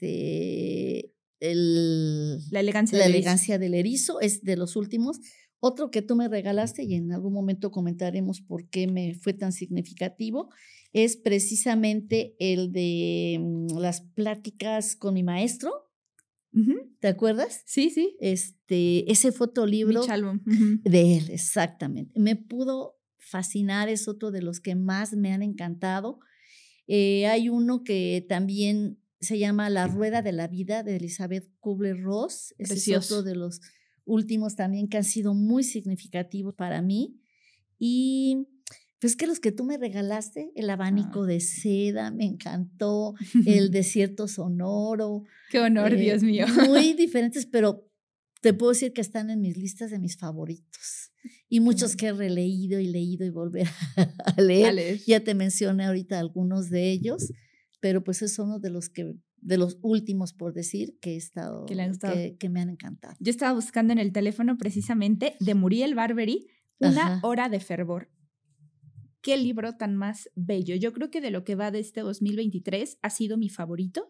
La elegancia del erizo, es de los últimos. Otro que tú me regalaste y en algún momento comentaremos por qué me fue tan significativo, es precisamente el de las pláticas con mi maestro. ¿Te acuerdas? Sí, sí. Ese fotolibro de él, exactamente. Me pudo fascinar, es otro de los que más me han encantado. Hay uno que también se llama La Rueda de la Vida, de Elizabeth Kubler-Ross. Ese es otro de los últimos también que han sido muy significativos para mí. Y pues que los que tú me regalaste, El abanico de seda, me encantó, El desierto sonoro. ¡Qué honor, Dios mío! Muy diferentes, pero te puedo decir que están en mis listas de mis favoritos. Y muchos que he releído y leído y volver a leer. Ya te mencioné ahorita algunos de ellos, pero pues es uno de los últimos, por decir, que he estado, que me han encantado. Yo estaba buscando en el teléfono precisamente de Muriel Barbery, Una hora de fervor. Qué libro tan más bello. Yo creo que de lo que va de este 2023 ha sido mi favorito.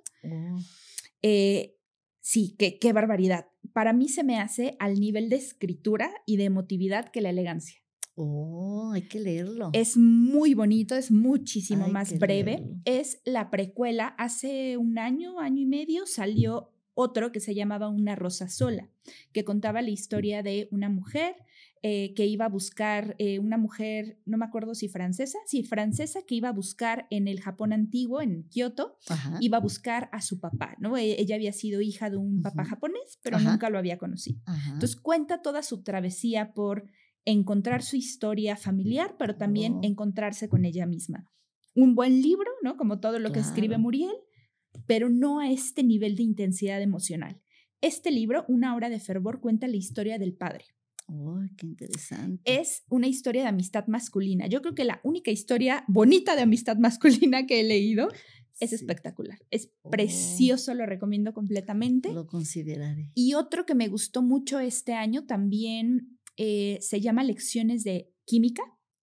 Sí, qué barbaridad. Para mí se me hace al nivel de escritura y de emotividad que la elegancia. Hay que leerlo. Es muy bonito, es muchísimo más breve. Leerlo. Es la precuela. Hace un año y medio salió otro que se llamaba Una rosa sola, que contaba la historia de una mujer que iba a buscar, una mujer, no me acuerdo si francesa, que iba a buscar en el Japón antiguo, en Kioto, iba a buscar a su papá, ¿no? Ella había sido hija de un papá japonés, pero nunca lo había conocido. Entonces cuenta toda su travesía por encontrar su historia familiar, pero también encontrarse con ella misma. Un buen libro, ¿no? Como todo lo que escribe Muriel, pero no a este nivel de intensidad emocional. Este libro, Una hora de fervor, cuenta la historia del padre. Qué interesante. Es una historia de amistad masculina. Yo creo que la única historia bonita de amistad masculina que he leído es espectacular. Es precioso, lo recomiendo completamente. Lo consideraré. Y otro que me gustó mucho este año también se llama Lecciones de Química,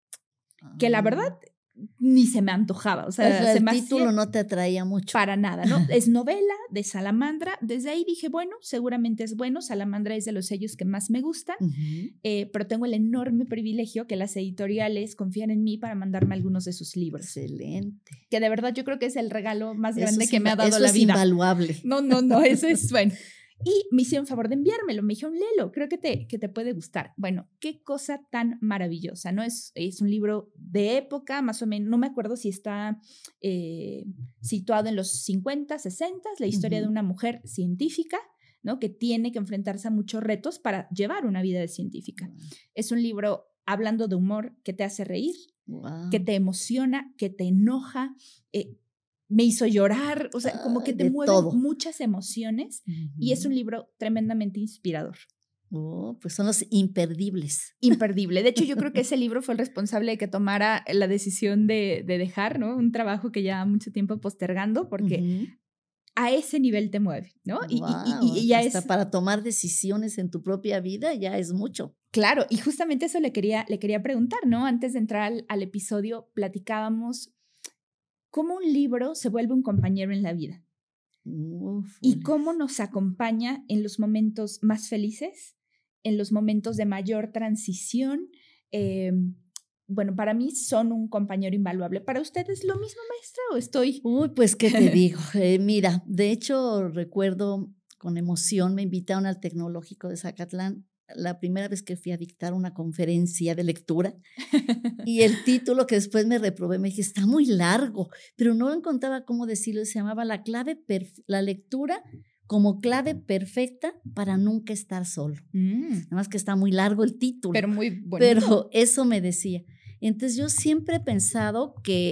que la verdad ni se me antojaba. O sea, el título no te atraía mucho. Para nada, ¿no? Es novela de Salamandra. Desde ahí dije, bueno, seguramente es bueno. Salamandra es de los sellos que más me gustan, pero tengo el enorme privilegio que las editoriales confían en mí para mandarme algunos de sus libros. Excelente. Que de verdad yo creo que es el regalo más grande que me ha dado la vida. Eso es invaluable. No, eso es bueno. Y me hicieron favor de enviármelo, me dijeron, léelo, creo que te puede gustar. Bueno, qué cosa tan maravillosa, ¿no? Es un libro de época, más o menos, no me acuerdo si está situado en los 50, 60, la historia de una mujer científica, ¿no? Que tiene que enfrentarse a muchos retos para llevar una vida de científica. Es un libro hablando de humor que te hace reír, que te emociona, que te enoja, me hizo llorar, o sea, como que te mueve muchas emociones y es un libro tremendamente inspirador. Pues son los imperdibles. Imperdible. De hecho, yo creo que ese libro fue el responsable de que tomara la decisión de dejar, ¿no? Un trabajo que ya mucho tiempo postergando, porque a ese nivel te mueve, ¿no? Y ya hasta para tomar decisiones en tu propia vida ya es mucho. Claro, y justamente eso le quería preguntar, ¿no? Antes de entrar al episodio, platicábamos cómo un libro se vuelve un compañero en la vida y cómo nos acompaña en los momentos más felices, en los momentos de mayor transición. Bueno, para mí son un compañero invaluable. ¿Para ustedes lo mismo, maestra, o estoy...? Pues, ¿qué te digo? Mira, de hecho, recuerdo con emoción, me invitaron al Tecnológico de Zacatlán la primera vez que fui a dictar una conferencia de lectura y el título que después me reprobé, me dije, está muy largo, pero no encontraba cómo decirlo, se llamaba La lectura como clave perfecta para nunca estar solo. Nada más que está muy largo el título. Pero muy bonito. Pero eso me decía. Entonces yo siempre he pensado que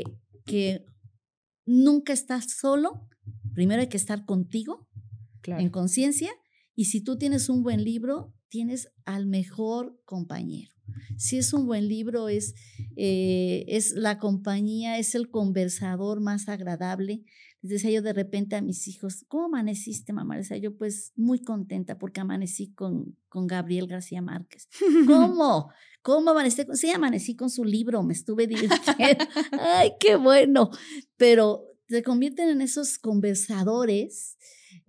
nunca estás solo, primero hay que estar contigo, en conciencia, y si tú tienes un buen libro, tienes al mejor compañero. Si es un buen libro, es la compañía, es el conversador más agradable. Les decía yo de repente a mis hijos, ¿cómo amaneciste, mamá? Les decía yo, pues muy contenta porque amanecí con Gabriel García Márquez. ¿Cómo? ¿Cómo amanecí? Sí, amanecí con su libro, me estuve divirtiendo. ¡Ay, qué bueno! Pero se convierten en esos conversadores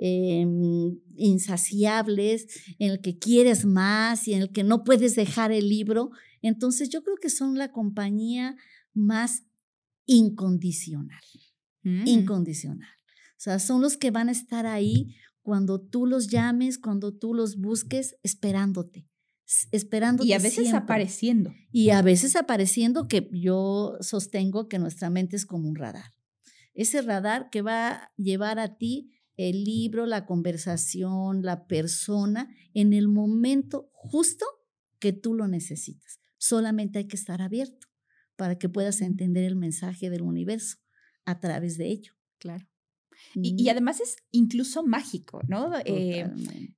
insaciables, en el que quieres más y en el que no puedes dejar el libro. Entonces yo creo que son la compañía más incondicional, incondicional. O sea, son los que van a estar ahí cuando tú los llames, cuando tú los busques, esperándote Y a veces siempre. apareciendo. Y a veces apareciendo, que yo sostengo que nuestra mente es como un radar. Ese radar que va a llevar a ti el libro, la conversación, la persona, en el momento justo que tú lo necesitas. Solamente hay que estar abierto para que puedas entender el mensaje del universo a través de ello. Claro. Y además es incluso mágico, ¿no? Totalmente.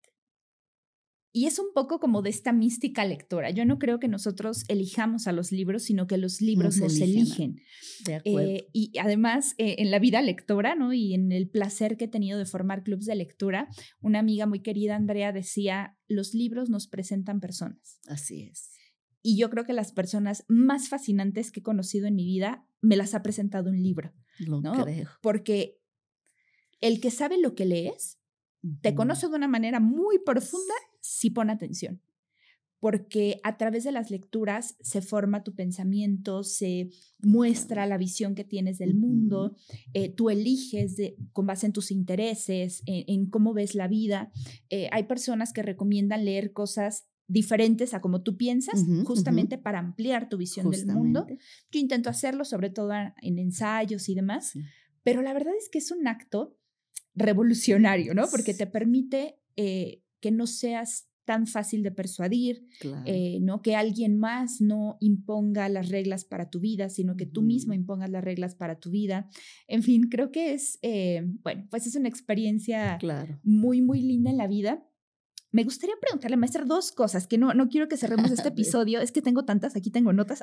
Y es un poco como de esta mística lectora. Yo no creo que nosotros elijamos a los libros, sino que los libros nos eligen. De acuerdo. Y además, en la vida lectora, ¿no? Y en el placer que he tenido de formar clubs de lectura, una amiga muy querida, Andrea, decía, los libros nos presentan personas. Así es. Y yo creo que las personas más fascinantes que he conocido en mi vida me las ha presentado un libro. Lo ¿no? creo. Porque el que sabe lo que lees, te conoce de una manera muy profunda si pone atención. Porque a través de las lecturas se forma tu pensamiento, se muestra la visión que tienes del mundo, tú eliges con base en tus intereses, en cómo ves la vida. Hay personas que recomiendan leer cosas diferentes a como tú piensas, justamente para ampliar tu visión del mundo. Yo intento hacerlo, sobre todo en ensayos y demás, pero la verdad es que es un acto revolucionario, ¿no? Porque te permite que no seas tan fácil de persuadir, claro. ¿no? Que alguien más no imponga las reglas para tu vida, sino que tú mismo impongas las reglas para tu vida. En fin, creo que es, bueno, pues es una experiencia muy, muy linda en la vida. Me gustaría preguntarle, maestra, dos cosas, que no quiero que cerremos este episodio, es que tengo tantas, aquí tengo notas.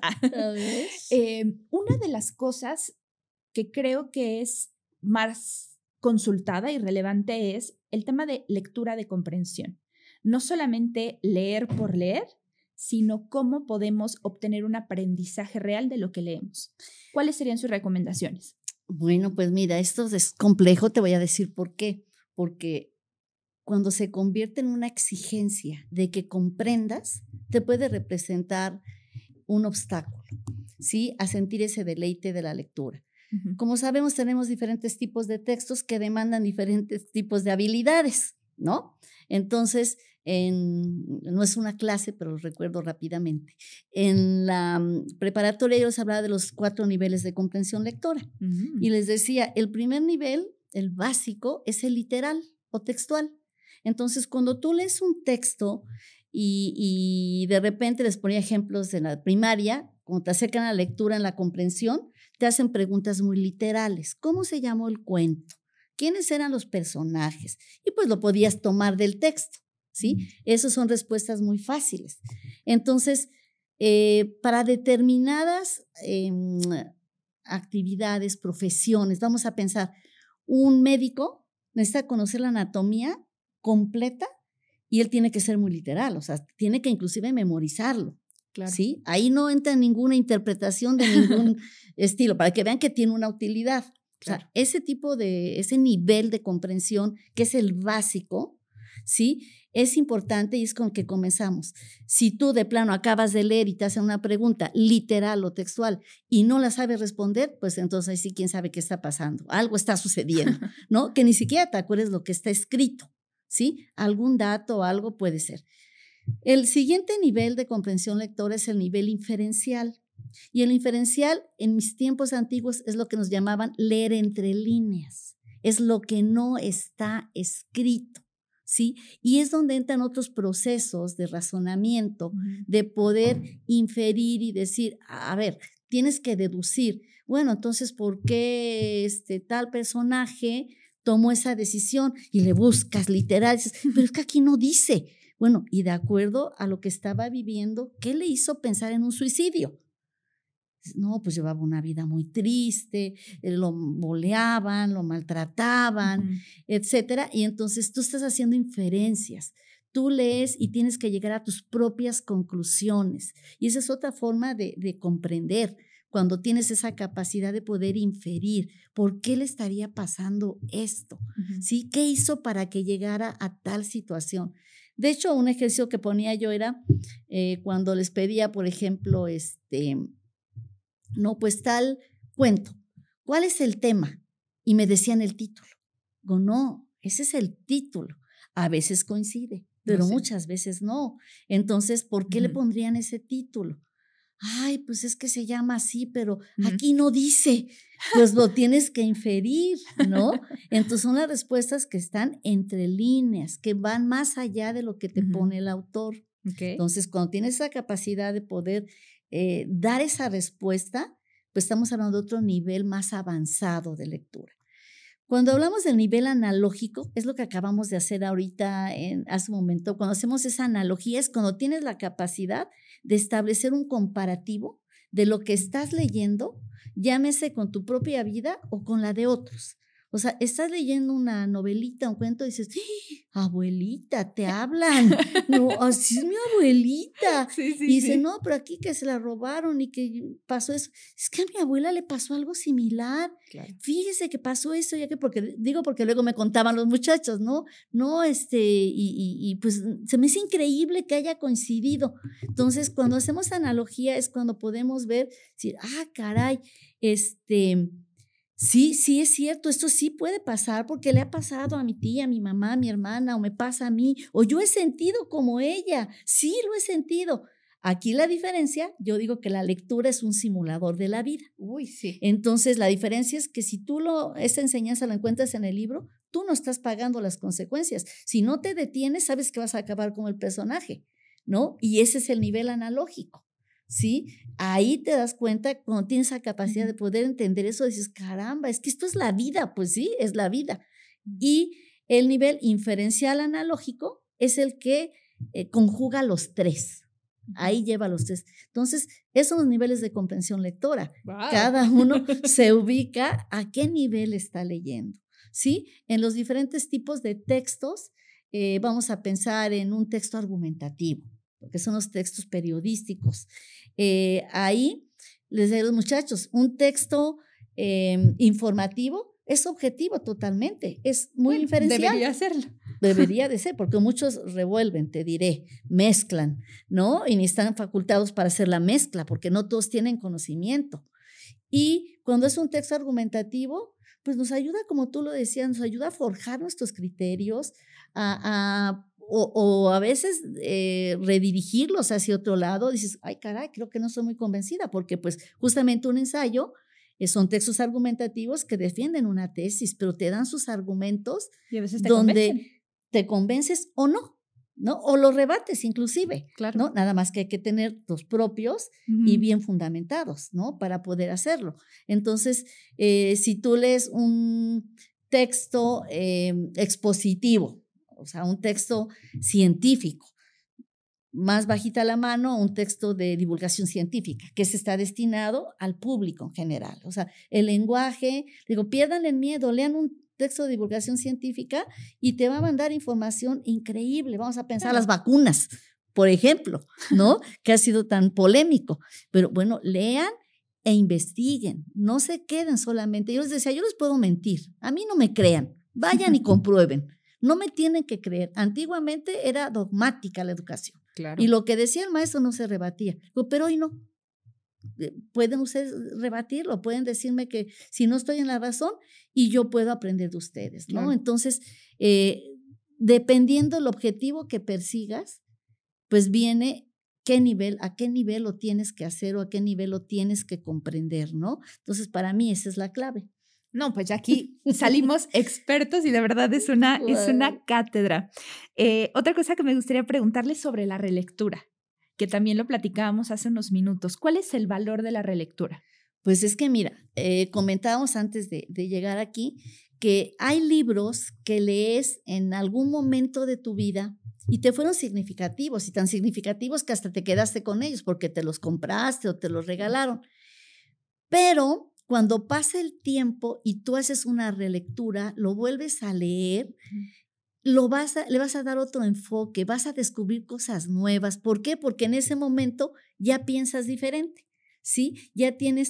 Una de las cosas que creo que es más consultada y relevante es el tema de lectura de comprensión. No solamente leer por leer, sino cómo podemos obtener un aprendizaje real de lo que leemos. ¿Cuáles serían sus recomendaciones? Bueno, pues mira, esto es complejo, te voy a decir por qué. Porque cuando se convierte en una exigencia de que comprendas, te puede representar un obstáculo, ¿sí? A sentir ese deleite de la lectura. Como sabemos, tenemos diferentes tipos de textos que demandan diferentes tipos de habilidades, ¿no? Entonces, no es una clase, pero lo recuerdo rápidamente. En la preparatoria yo les hablaba de los 4 niveles de comprensión lectora y les decía, el primer nivel, el básico, es el literal o textual. Entonces, cuando tú lees un texto y de repente les ponía ejemplos de la primaria, cuando te acercan a la lectura en la comprensión, te hacen preguntas muy literales. ¿Cómo se llamó el cuento? ¿Quiénes eran los personajes? Y pues lo podías tomar del texto, ¿sí? Esas son respuestas muy fáciles. Entonces, para determinadas actividades, profesiones, vamos a pensar, un médico necesita conocer la anatomía completa y él tiene que ser muy literal, o sea, tiene que inclusive memorizarlo. Claro. ¿Sí? Ahí no entra ninguna interpretación de ningún estilo, para que vean que tiene una utilidad. Claro. O sea, ese nivel de comprensión, que es el básico, ¿sí? Es importante y es con que comenzamos. Si tú de plano acabas de leer y te hacen una pregunta literal o textual y no la sabes responder, pues entonces sí, quién sabe qué está pasando. Algo está sucediendo, ¿no? Que ni siquiera te acuerdes lo que está escrito, ¿sí? Algún dato o algo puede ser. El siguiente nivel de comprensión lectora es el nivel inferencial. Y el inferencial, en mis tiempos antiguos, es lo que nos llamaban leer entre líneas. Es lo que no está escrito, ¿sí? Y es donde entran otros procesos de razonamiento, de poder inferir y decir, a ver, tienes que deducir, bueno, entonces, ¿por qué tal personaje tomó esa decisión? Y le buscas literal, dices, pero es que aquí no dice. Bueno, y de acuerdo a lo que estaba viviendo, ¿qué le hizo pensar en un suicidio? No, pues llevaba una vida muy triste, lo boleaban, lo maltrataban, etcétera. Y entonces tú estás haciendo inferencias. Tú lees y tienes que llegar a tus propias conclusiones. Y esa es otra forma de comprender, cuando tienes esa capacidad de poder inferir por qué le estaría pasando esto, ¿sí? ¿Qué hizo para que llegara a tal situación? De hecho, un ejercicio que ponía yo era cuando les pedía, por ejemplo, no, pues tal cuento. ¿Cuál es el tema? Y me decían el título. Digo, no, ese es el título. A veces coincide, pero No sé. muchas veces no. Entonces, ¿por qué le pondrían ese título? Ay, pues es que se llama así, pero aquí no dice. Pues lo tienes que inferir, ¿no? Entonces son las respuestas que están entre líneas, que van más allá de lo que te pone el autor. Okay. Entonces, cuando tienes esa capacidad de poder dar esa respuesta, pues estamos hablando de otro nivel más avanzado de lectura. Cuando hablamos del nivel analógico, es lo que acabamos de hacer ahorita, hace un momento, cuando hacemos esa analogía es cuando tienes la capacidad de establecer un comparativo de lo que estás leyendo, llámese con tu propia vida o con la de otros. O sea, estás leyendo una novelita, un cuento, y dices, abuelita, te hablan. No, así es mi abuelita. Sí, y dice, no, pero aquí que se la robaron y que pasó eso. Es que a mi abuela le pasó algo similar. Claro. Fíjese que pasó eso, ya que porque luego me contaban los muchachos, ¿no? No, y pues se me hizo increíble que haya coincidido. Entonces, cuando hacemos analogía es cuando podemos ver, decir, caray, sí es cierto, esto sí puede pasar porque le ha pasado a mi tía, a mi mamá, a mi hermana, o me pasa a mí, o yo he sentido como ella, sí lo he sentido. Aquí la diferencia, yo digo que la lectura es un simulador de la vida. Uy, sí. Entonces, la diferencia es que si tú esa enseñanza la encuentras en el libro, tú no estás pagando las consecuencias. Si no te detienes, sabes que vas a acabar con el personaje, ¿no? Y ese es el nivel analógico, ¿sí? Ahí te das cuenta, cuando tienes esa capacidad de poder entender eso, dices, caramba, es que esto es la vida, pues sí, es la vida. Y el nivel inferencial analógico es el que conjuga los tres. Ahí lleva los tres. Entonces, esos son los niveles de comprensión lectora. Wow. Cada uno se ubica a qué nivel está leyendo, ¿sí? En los diferentes tipos de textos, vamos a pensar en un texto argumentativo, porque son los textos periodísticos. Ahí, les digo a los muchachos, un texto informativo es objetivo totalmente, es muy inferencial. Debería serlo. Debería de ser, porque muchos revuelven, te diré, mezclan, ¿no? Y ni están facultados para hacer la mezcla, porque no todos tienen conocimiento. Y cuando es un texto argumentativo, pues nos ayuda, como tú lo decías, nos ayuda a forjar nuestros criterios, o a veces redirigirlos hacia otro lado. Dices, ay, caray, creo que no soy muy convencida, porque pues justamente un ensayo son textos argumentativos que defienden una tesis, pero te dan sus argumentos y a veces te donde convencen. Te convences o no, ¿no? O lo rebates inclusive, claro. ¿no? Nada más que hay que tener los propios y bien fundamentados, ¿no? Para poder hacerlo. Entonces, si tú lees un texto expositivo, o sea, un texto científico, más bajita la mano, un texto de divulgación científica, que se está destinado al público en general. O sea, el lenguaje, digo, pierdan el miedo, lean un texto de divulgación científica y te va a mandar información increíble. Vamos a pensar las vacunas, por ejemplo, ¿no? Que ha sido tan polémico. Pero bueno, lean e investiguen, no se queden solamente. Yo les decía, yo les puedo mentir, a mí no me crean, vayan y comprueben. No me tienen que creer. Antiguamente era dogmática la educación. Claro. Y lo que decía el maestro no se rebatía. Pero hoy no. Pueden ustedes rebatirlo, pueden decirme que si no estoy en la razón y yo puedo aprender de ustedes, ¿no? Claro. Entonces, dependiendo del objetivo que persigas, pues viene a qué nivel lo tienes que hacer o a qué nivel lo tienes que comprender, ¿no? Entonces, para mí esa es la clave. No, pues ya aquí salimos expertos y de verdad es una cátedra. Otra cosa que me gustaría preguntarle sobre la relectura, que también lo platicábamos hace unos minutos. ¿Cuál es el valor de la relectura? Pues es que mira, comentábamos antes de llegar aquí que hay libros que lees en algún momento de tu vida y te fueron significativos y tan significativos que hasta te quedaste con ellos porque te los compraste o te los regalaron. Pero cuando pasa el tiempo y tú haces una relectura, lo vuelves a leer, le vas a dar otro enfoque, vas a descubrir cosas nuevas. ¿Por qué? Porque en ese momento ya piensas diferente, ¿sí? Ya tienes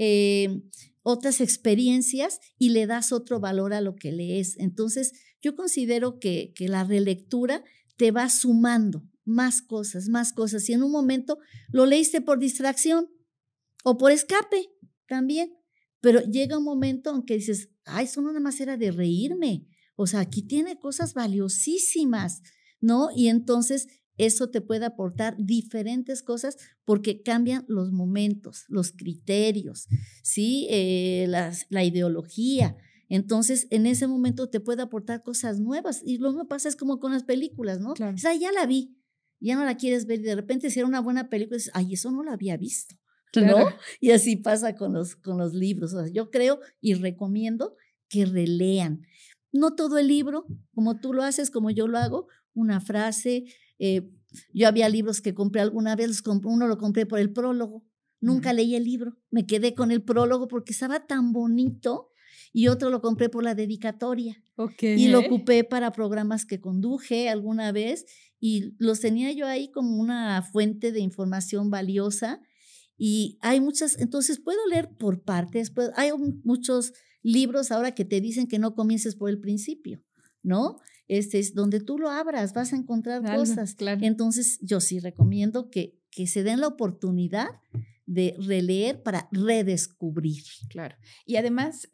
otras experiencias y le das otro valor a lo que lees. Entonces, yo considero que la relectura te va sumando más cosas. Y en un momento lo leíste por distracción o por escape también, pero llega un momento en que dices, ay, eso no nada más era de reírme, o sea, aquí tiene cosas valiosísimas, ¿no? Y entonces eso te puede aportar diferentes cosas porque cambian los momentos, los criterios, ¿sí? La ideología. Entonces, en ese momento te puede aportar cosas nuevas. Y lo que pasa es como con las películas, ¿no? Claro. O sea, ya la vi, ya no la quieres ver y de repente si era una buena película, dices, ay, eso no lo había visto, Claro. ¿no? Y así pasa con los libros. O sea, yo creo y recomiendo que relean. No todo el libro, como tú lo haces, como yo lo hago, una frase. Yo había libros que compré alguna vez, uno lo compré por el prólogo, nunca leí el libro, me quedé con el prólogo porque estaba tan bonito y otro lo compré por la dedicatoria. Y lo ocupé para programas que conduje alguna vez y los tenía yo ahí como una fuente de información valiosa. Y hay muchas, entonces puedo leer por partes, hay muchos libros ahora que te dicen que no comiences por el principio, ¿no? Es donde tú lo abras, vas a encontrar cosas. Claro. Entonces yo sí recomiendo que se den la oportunidad de releer para redescubrir. Claro. Y además,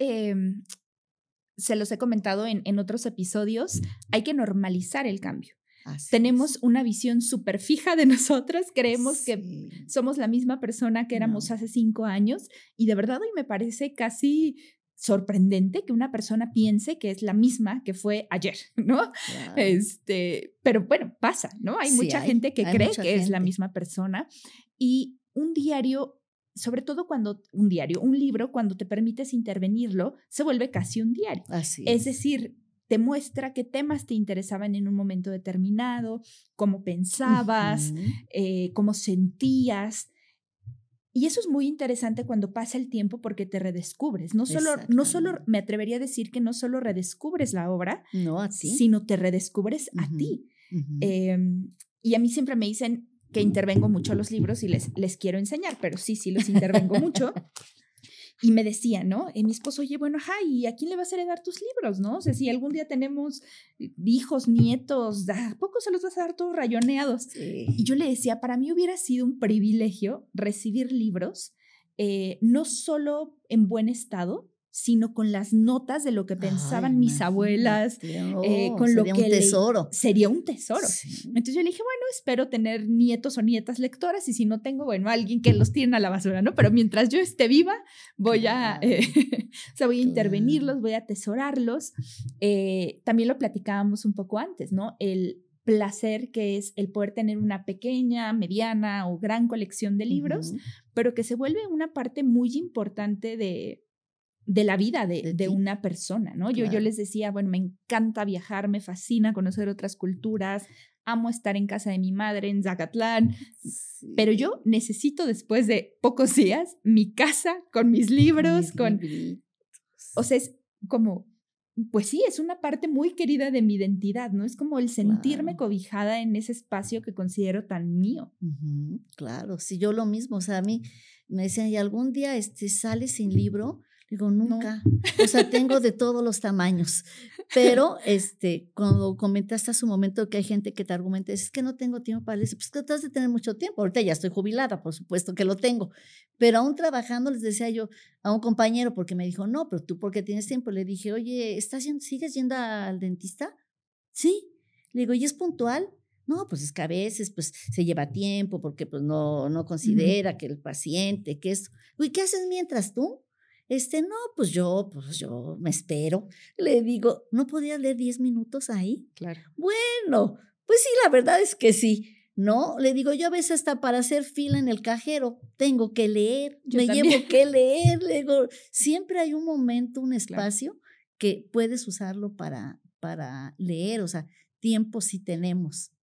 se los he comentado en otros episodios, hay que normalizar el cambio. Tenemos una visión súper fija de nosotras, creemos que somos la misma persona que éramos hace 5 años y de verdad hoy me parece casi sorprendente que una persona piense que es la misma que fue ayer, ¿no? Claro. Pero bueno, pasa, ¿no? Hay mucha gente que cree que es la misma persona y un diario, sobre todo cuando un libro, cuando te permites intervenirlo, se vuelve casi un diario. Así es decir, te muestra qué temas te interesaban en un momento determinado, cómo pensabas, cómo sentías. Y eso es muy interesante cuando pasa el tiempo porque te redescubres. No solo, me atrevería a decir que no solo redescubres la obra, no a ti, sino te redescubres a ti. Y a mí siempre me dicen que intervengo mucho los libros y les quiero enseñar, pero sí los intervengo mucho. Y me decía, ¿no? Mi esposo, oye, bueno, ajá, ¿y a quién le vas a heredar tus libros, no? O sea, si algún día tenemos hijos, nietos, ¿a poco se los vas a dar todos rayoneados? Sí. Y yo le decía, para mí hubiera sido un privilegio recibir libros, no solo en buen estado, sino con las notas de lo que pensaban mis abuelas, con lo que sería un tesoro. Sería un tesoro. Sí. Entonces yo le dije, bueno, espero tener nietos o nietas lectoras y si no tengo, bueno, alguien que los tiren a la basura, ¿no? Pero mientras yo esté viva, voy a intervenirlos, voy a atesorarlos. También lo platicábamos un poco antes, ¿no? El placer que es el poder tener una pequeña, mediana o gran colección de libros, pero que se vuelve una parte muy importante de la vida de una persona, ¿no? Claro. Yo les decía, bueno, me encanta viajar, me fascina conocer otras culturas, amo estar en casa de mi madre en Zacatlán, pero yo necesito después de pocos días mi casa con mis libros, o sea, es como, pues sí, es una parte muy querida de mi identidad, ¿no? Es como el sentirme cobijada en ese espacio que considero tan mío. Claro, sí, yo lo mismo, o sea, a mí me decían, ¿y algún día sales sin libro? Digo, nunca. No. O sea, tengo de todos los tamaños. Pero cuando comentaste hace un momento que hay gente que te argumenta, es que no tengo tiempo para leer, pues que tú has de tener mucho tiempo. Ahorita ya estoy jubilada, por supuesto que lo tengo. Pero aún trabajando, les decía yo a un compañero, porque me dijo, no, pero tú, ¿por qué tienes tiempo? Le dije, oye, ¿sigues yendo al dentista? Sí. Le digo, ¿y es puntual? No, pues es que a veces pues, se lleva tiempo porque pues, no considera que el paciente, que es. ¿Y qué haces mientras tú? No, pues yo me espero. Le digo, ¿no podrías leer 10 minutos ahí? Claro. Bueno, pues sí, la verdad es que sí, ¿no? Le digo, yo a veces hasta para hacer fila en el cajero tengo que leer, llevo que leer. Le digo, siempre hay un momento, un espacio que puedes usarlo para leer, o sea, tiempo sí tenemos.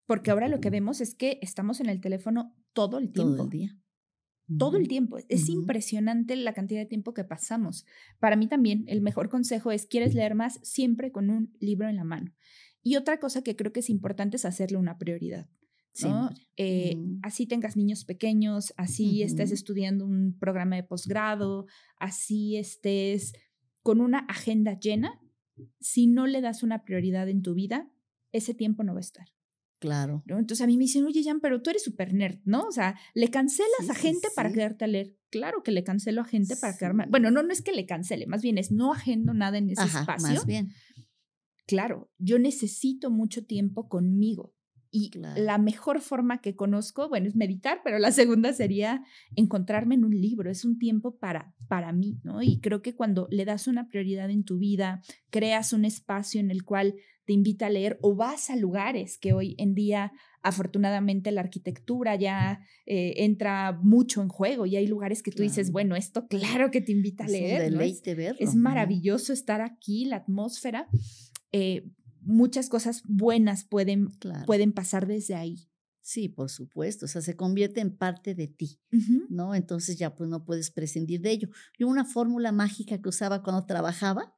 porque ahora lo que vemos es que estamos en el teléfono todo el tiempo. Todo el día. Todo el tiempo. Es Ujú. impresionante la cantidad de tiempo que pasamos. Para mí también el mejor consejo es, ¿quieres leer más? Siempre con un libro en la mano. Y otra cosa que creo que es importante es hacerle una prioridad, ¿no? Siempre. Ujú. Así tengas niños pequeños, así estés Ujú. estudiando un programa de posgrado, así estés con una agenda llena, si no le das una prioridad en tu vida, ese tiempo no va a estar. Claro. ¿No? Entonces a mí me dicen, oye, Jan, pero tú eres súper nerd, ¿no? O sea, ¿le cancelas Sí, a sí, gente para sí. quedarte a leer? Claro que le cancelo a gente para quedarme. Sí. Bueno, no es que le cancele, más bien es no agendo nada en ese Ajá, más espacio. bien. Claro, yo necesito mucho tiempo conmigo. Y Claro. la mejor forma que conozco, bueno, es meditar, pero la segunda sería encontrarme en un libro. Es un tiempo para mí, ¿no? Y creo que cuando le das una prioridad en tu vida, creas un espacio en el cual te invita a leer o vas a lugares que hoy en día, afortunadamente, la arquitectura ya entra mucho en juego y hay lugares que tú dices, Claro. bueno, esto claro que te invita a Es un leer, ¿no? deleite verlo. Es maravilloso estar aquí, la atmósfera. Muchas cosas buenas Claro. pueden pasar desde ahí. Sí, por supuesto. O sea, se convierte en parte de ti, Ujú. ¿no? Entonces ya pues no puedes prescindir de ello. Yo una fórmula mágica que usaba cuando trabajaba,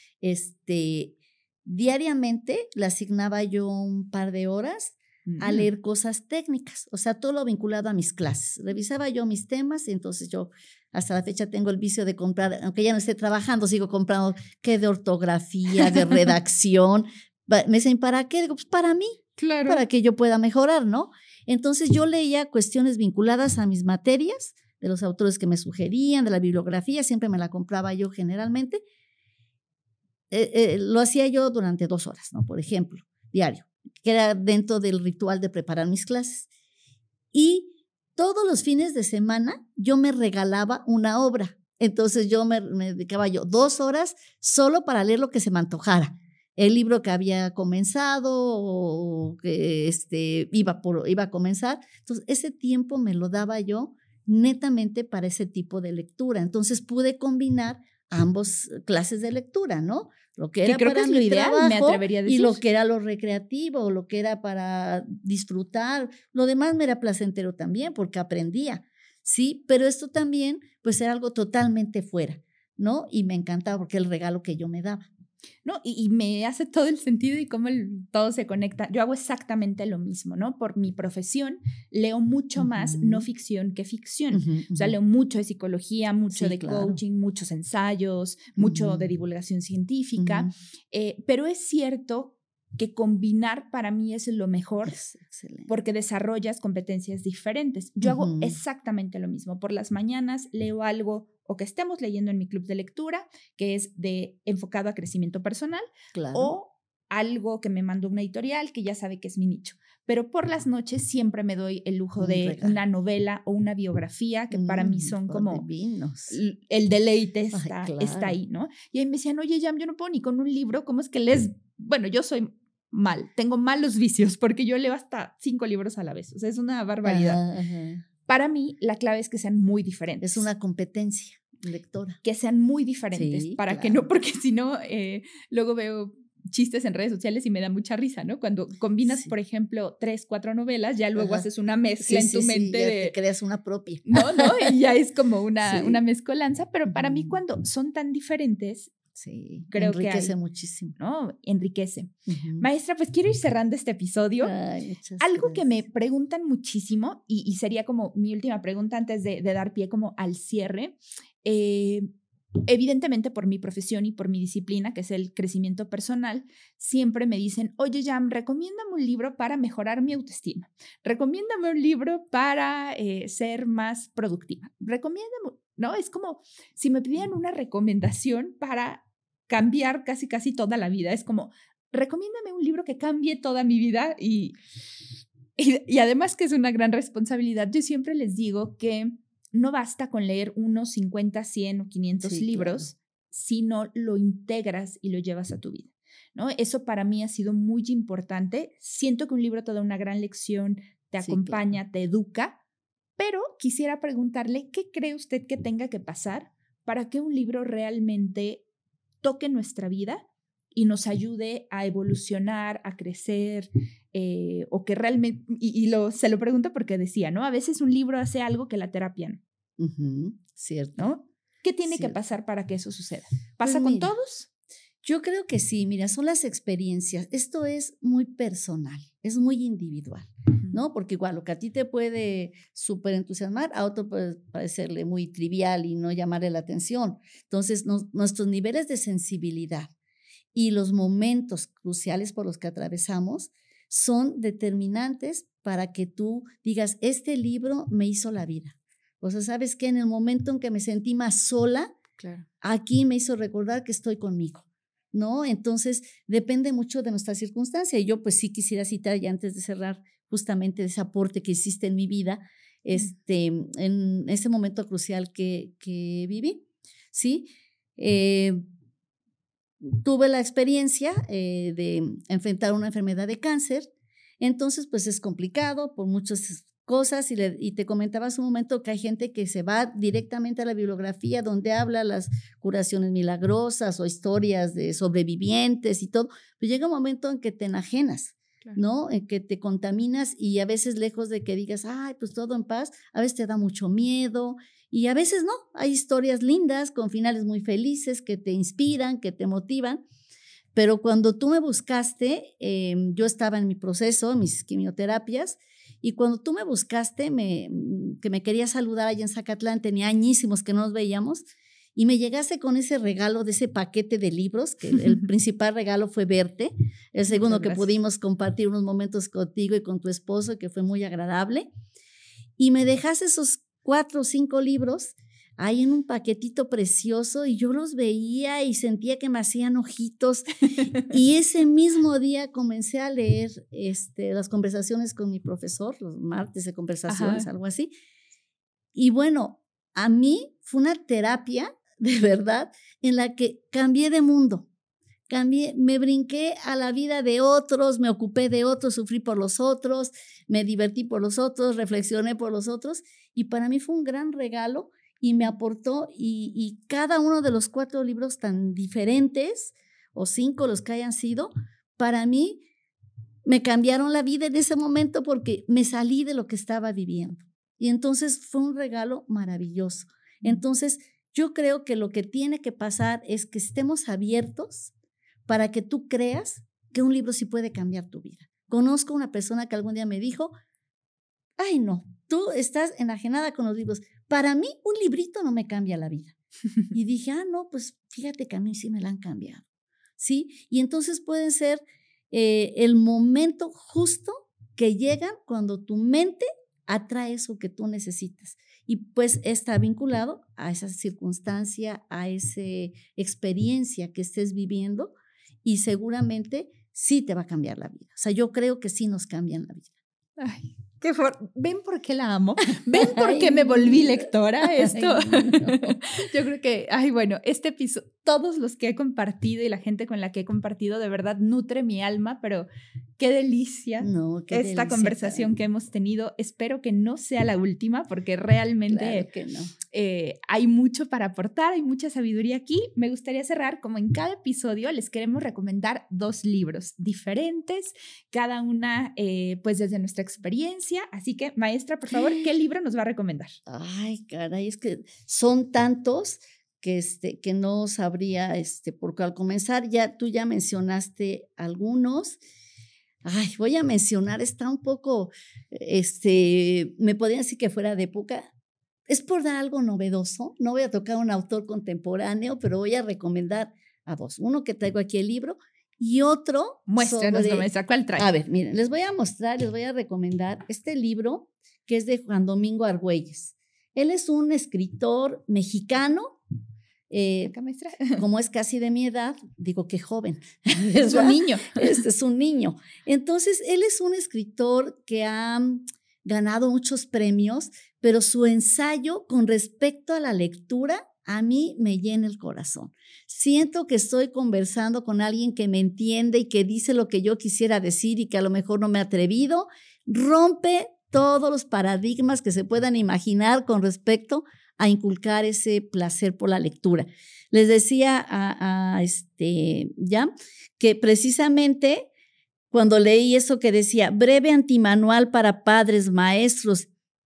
diariamente le asignaba yo un par de horas a leer cosas técnicas, o sea, todo lo vinculado a mis clases. Revisaba yo mis temas y entonces yo hasta la fecha tengo el vicio de comprar, aunque ya no esté trabajando, sigo comprando que de ortografía, de redacción. Me dicen, ¿para qué? Digo, pues para mí, Claro. para que yo pueda mejorar, ¿no? Entonces yo leía cuestiones vinculadas a mis materias, de los autores que me sugerían, de la bibliografía, siempre me la compraba yo generalmente. Lo hacía yo durante 2 horas, ¿no? Por ejemplo, diario, que era dentro del ritual de preparar mis clases. Y todos los fines de semana yo me regalaba una obra. Entonces yo me dedicaba yo 2 horas solo para leer lo que se me antojara. El libro que había comenzado o que iba a comenzar. Entonces ese tiempo me lo daba yo netamente para ese tipo de lectura. Entonces pude combinar ambos clases de lectura, ¿no? Lo que Que era creo que para es lo mi ideal, me trabajo atrevería a y decir. lo que era lo recreativo, lo que era para disfrutar. Lo demás me era placentero también porque aprendía, ¿sí? Pero esto también, pues era algo totalmente fuera, ¿no? Y me encantaba porque el regalo que yo me daba. ¿No? Y me hace todo el sentido y cómo todo se conecta. Yo hago exactamente lo mismo, ¿no? Por mi profesión, leo mucho más no ficción que ficción. O sea, leo mucho de psicología, mucho Sí, de claro. coaching, muchos ensayos, mucho de divulgación científica. Pero es cierto que combinar para mí es lo mejor. Es excelente. Porque desarrollas competencias diferentes. Yo hago exactamente lo mismo. Por las mañanas leo algo o que estemos leyendo en mi club de lectura, que es enfocado a crecimiento personal, Claro. o algo que me mandó una editorial que ya sabe que es mi nicho. Pero por las noches siempre me doy el lujo de una novela o una biografía que para mí son como divinos. el deleite Ay, está claro. ahí, ¿no? Y ahí me decían, oye, Jam, yo no puedo ni con un libro, ¿cómo es que lees? Bueno, yo soy tengo malos vicios porque yo leo hasta 5 libros a la vez, o sea, es una barbaridad. Ajá. Para mí, la clave es que sean muy diferentes. Es una competencia lectora. Que sean muy diferentes, Sí, para claro. que no, porque si no, luego veo chistes en redes sociales y me da mucha risa, ¿no? Cuando combinas, por ejemplo, 3, 4 novelas, ya luego haces una mezcla en tu mente ya te creas una propia. No, y ya es como una Sí. mezcolanza, pero para mí cuando son tan diferentes, Sí, creo que enriquece muchísimo. ¿no? Enriquece. Maestra, pues quiero ir cerrando este episodio. Ay, muchas Algo gracias. que me preguntan muchísimo, y sería como mi última pregunta antes de dar pie como al cierre, evidentemente por mi profesión y por mi disciplina, que es el crecimiento personal, siempre me dicen, oye, Jam, recomiéndame un libro para mejorar mi autoestima. Recomiéndame un libro para ser más productiva. Recomiéndame, ¿no? Es como si me pidieran una recomendación para cambiar casi toda la vida. Es como, recomiéndame un libro que cambie toda mi vida y además que es una gran responsabilidad. Yo siempre les digo que no basta con leer unos 50, 100 o 500 libros, si no lo integras y lo llevas a tu vida, ¿no? Eso para mí ha sido muy importante. Siento que un libro te da una gran lección, te acompaña, te educa, pero quisiera preguntarle, ¿qué cree usted que tenga que pasar para que un libro realmente toque nuestra vida y nos ayude a evolucionar, a crecer, o que realmente, se lo pregunto porque decía, ¿no? A veces un libro hace algo que la terapia no. Cierto. ¿No? ¿Qué tiene que pasar para que eso suceda? ¿Pasa con todos? Yo creo que sí, mira, son las experiencias. Esto es muy personal, es muy individual, ¿no? Porque igual lo que a ti te puede súper entusiasmar, a otro puede parecerle muy trivial y no llamarle la atención. Entonces, nuestros niveles de sensibilidad y los momentos cruciales por los que atravesamos son determinantes para que tú digas, este libro me hizo la vida. O sea, ¿sabes qué? En el momento en que me sentí más sola, claro, aquí me hizo recordar que estoy conmigo, ¿no? Entonces, depende mucho de nuestra circunstancia. Y yo, pues sí quisiera citar, ya antes de cerrar, justamente ese aporte que hiciste en mi vida, en ese momento crucial que viví, ¿sí? Tuve la experiencia de enfrentar una enfermedad de cáncer. Entonces, pues es complicado por muchas cosas y te comentaba hace un momento que hay gente que se va directamente a la bibliografía donde habla las curaciones milagrosas o historias de sobrevivientes y todo, pero llega un momento en que te enajenas, claro, ¿no? En que te contaminas y a veces lejos de que digas, ay, pues todo en paz, a veces te da mucho miedo y a veces no, hay historias lindas con finales muy felices que te inspiran, que te motivan. Pero cuando tú me buscaste, yo estaba en mi proceso, en mis quimioterapias, y cuando tú me buscaste, que me querías saludar allá en Zacatlán, tenía añísimos que no nos veíamos, y me llegaste con ese regalo de ese paquete de libros, que el principal regalo fue verte, el segundo que pudimos compartir unos momentos contigo y con tu esposo, que fue muy agradable, y me dejaste esos 4 o 5 libros ahí en un paquetito precioso y yo los veía y sentía que me hacían ojitos y ese mismo día comencé a leer las conversaciones con mi profesor, los martes de conversaciones, algo así. Y bueno, a mí fue una terapia de verdad en la que cambié de mundo. Me brinqué a la vida de otros, me ocupé de otros, sufrí por los otros, me divertí por los otros, reflexioné por los otros y para mí fue un gran regalo y me aportó y cada uno de los 4 libros tan diferentes o 5 los que hayan sido, para mí me cambiaron la vida en ese momento porque me salí de lo que estaba viviendo y entonces fue un regalo maravilloso. Entonces yo creo que lo que tiene que pasar es que estemos abiertos para que tú creas que un libro sí puede cambiar tu vida. Conozco una persona que algún día me dijo, ay no, tú estás enajenada con los libros. Para mí un librito no me cambia la vida. Y dije, no, pues fíjate que a mí sí me la han cambiado. ¿Sí? Y entonces pueden ser el momento justo que llegan cuando tu mente atrae eso que tú necesitas. Y pues está vinculado a esa circunstancia, a esa experiencia que estés viviendo y seguramente sí te va a cambiar la vida. O sea, yo creo que sí nos cambian la vida. Ay, ¿ven por qué la amo? ¿Ven por qué me volví lectora? Esto. Ay, no. Yo creo que, bueno, este episodio, todos los que he compartido y la gente con la que he compartido, de verdad nutre mi alma, pero qué delicia esta conversación que hemos tenido. Espero que no sea la última, porque realmente claro que no. Hay mucho para aportar, hay mucha sabiduría aquí. Me gustaría cerrar, como en cada episodio, les queremos recomendar 2 libros diferentes, cada una pues desde nuestra experiencia. Así que, maestra, por favor, ¿qué libro nos va a recomendar? Ay, caray, es que son tantos que no sabría por cuál comenzar. Tú ya mencionaste algunos. Ay, voy a mencionar, está un poco, me podrían decir que fuera de época. Es por dar algo novedoso. No voy a tocar un autor contemporáneo, pero voy a recomendar a 2. Uno que traigo aquí el libro y otro Muéstranos, maestra, ¿cuál trae? A ver, miren, les voy a recomendar este libro que es de Juan Domingo Argüelles. Él es un escritor mexicano. Maestra. Como es casi de mi edad, digo que joven. Es un niño. Es un niño. Entonces, él es un escritor que ha ganado muchos premios, pero su ensayo con respecto a la lectura a mí me llena el corazón. Siento que estoy conversando con alguien que me entiende y que dice lo que yo quisiera decir y que a lo mejor no me he atrevido. Rompe todos los paradigmas que se puedan imaginar con respecto a inculcar ese placer por la lectura. Les decía ya que precisamente cuando leí eso que decía breve antimanual para padres, maestros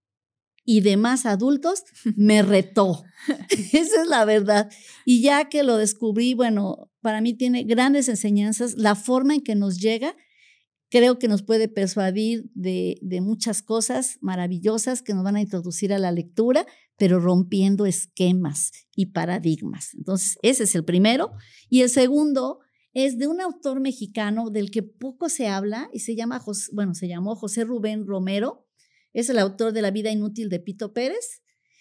y demás adultos, me retó. Esa es la verdad. Y ya que lo descubrí, bueno, para mí tiene grandes enseñanzas. La forma en que nos llega, creo que nos puede persuadir de muchas cosas maravillosas que nos van a introducir a la lectura, pero rompiendo esquemas y paradigmas. Entonces, ese es el primero. Y el segundo es de un autor mexicano del que poco se habla y se llamó José Rubén Romero. Es el autor de La vida inútil de Pito Pérez.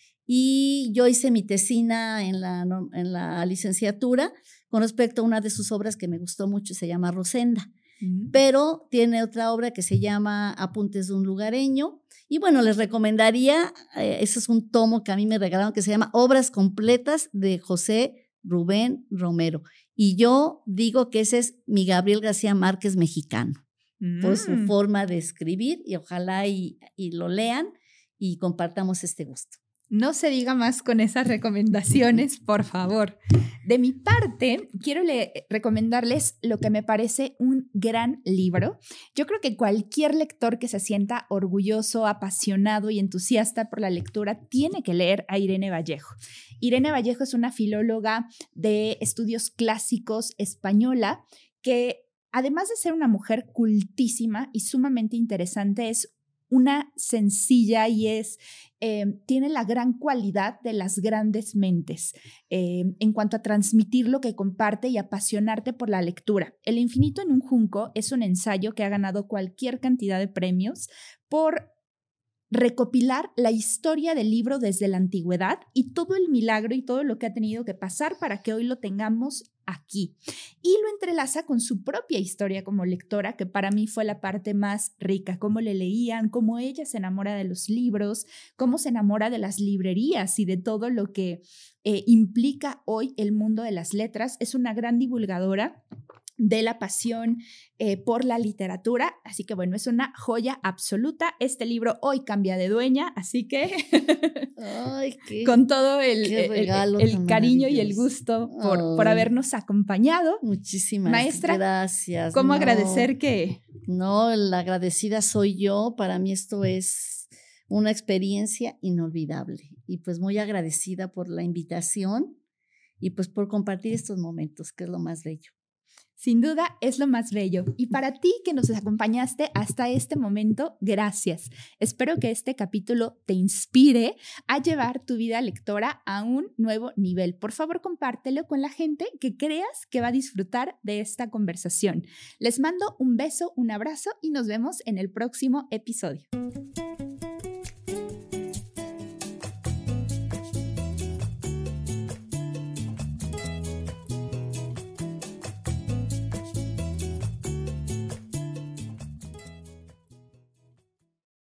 Y yo hice mi tesina en la licenciatura con respecto a una de sus obras que me gustó mucho, se llama Rosenda. Pero tiene otra obra que se llama Apuntes de un lugareño. Y bueno, les recomendaría, ese es un tomo que a mí me regalaron que se llama Obras completas de José Rubén Romero. Y yo digo que ese es mi Gabriel García Márquez mexicano, por su forma de escribir, y ojalá y lo lean y compartamos este gusto. No se diga más con esas recomendaciones, por favor. De mi parte, quiero recomendarles lo que me parece un gran libro. Yo creo que cualquier lector que se sienta orgulloso, apasionado y entusiasta por la lectura tiene que leer a Irene Vallejo. Irene Vallejo es una filóloga de estudios clásicos española que, además de ser una mujer cultísima y sumamente interesante, es una sencilla y tiene la gran cualidad de las grandes mentes en cuanto a transmitir lo que comparte y apasionarte por la lectura. El infinito en un junco es un ensayo que ha ganado cualquier cantidad de premios por recopilar la historia del libro desde la antigüedad y todo el milagro y todo lo que ha tenido que pasar para que hoy lo tengamos aquí. Y lo entrelaza con su propia historia como lectora, que para mí fue la parte más rica, cómo le leían, cómo ella se enamora de los libros, cómo se enamora de las librerías y de todo lo que implica hoy el mundo de las letras. Es una gran divulgadora de la pasión por la literatura, así que bueno, es una joya absoluta. Este libro hoy cambia de dueña, así que Ay, con todo el cariño y el gusto por habernos acompañado. Muchísimas Maestra, gracias. ¿Cómo agradecer que? No, la agradecida soy yo. Para mí esto es una experiencia inolvidable y pues muy agradecida por la invitación y pues por compartir estos momentos, que es lo más bello. Sin duda es lo más bello. Y para ti que nos acompañaste hasta este momento, gracias. Espero que este capítulo te inspire a llevar tu vida lectora a un nuevo nivel. Por favor, compártelo con la gente que creas que va a disfrutar de esta conversación. Les mando un beso, un abrazo y nos vemos en el próximo episodio.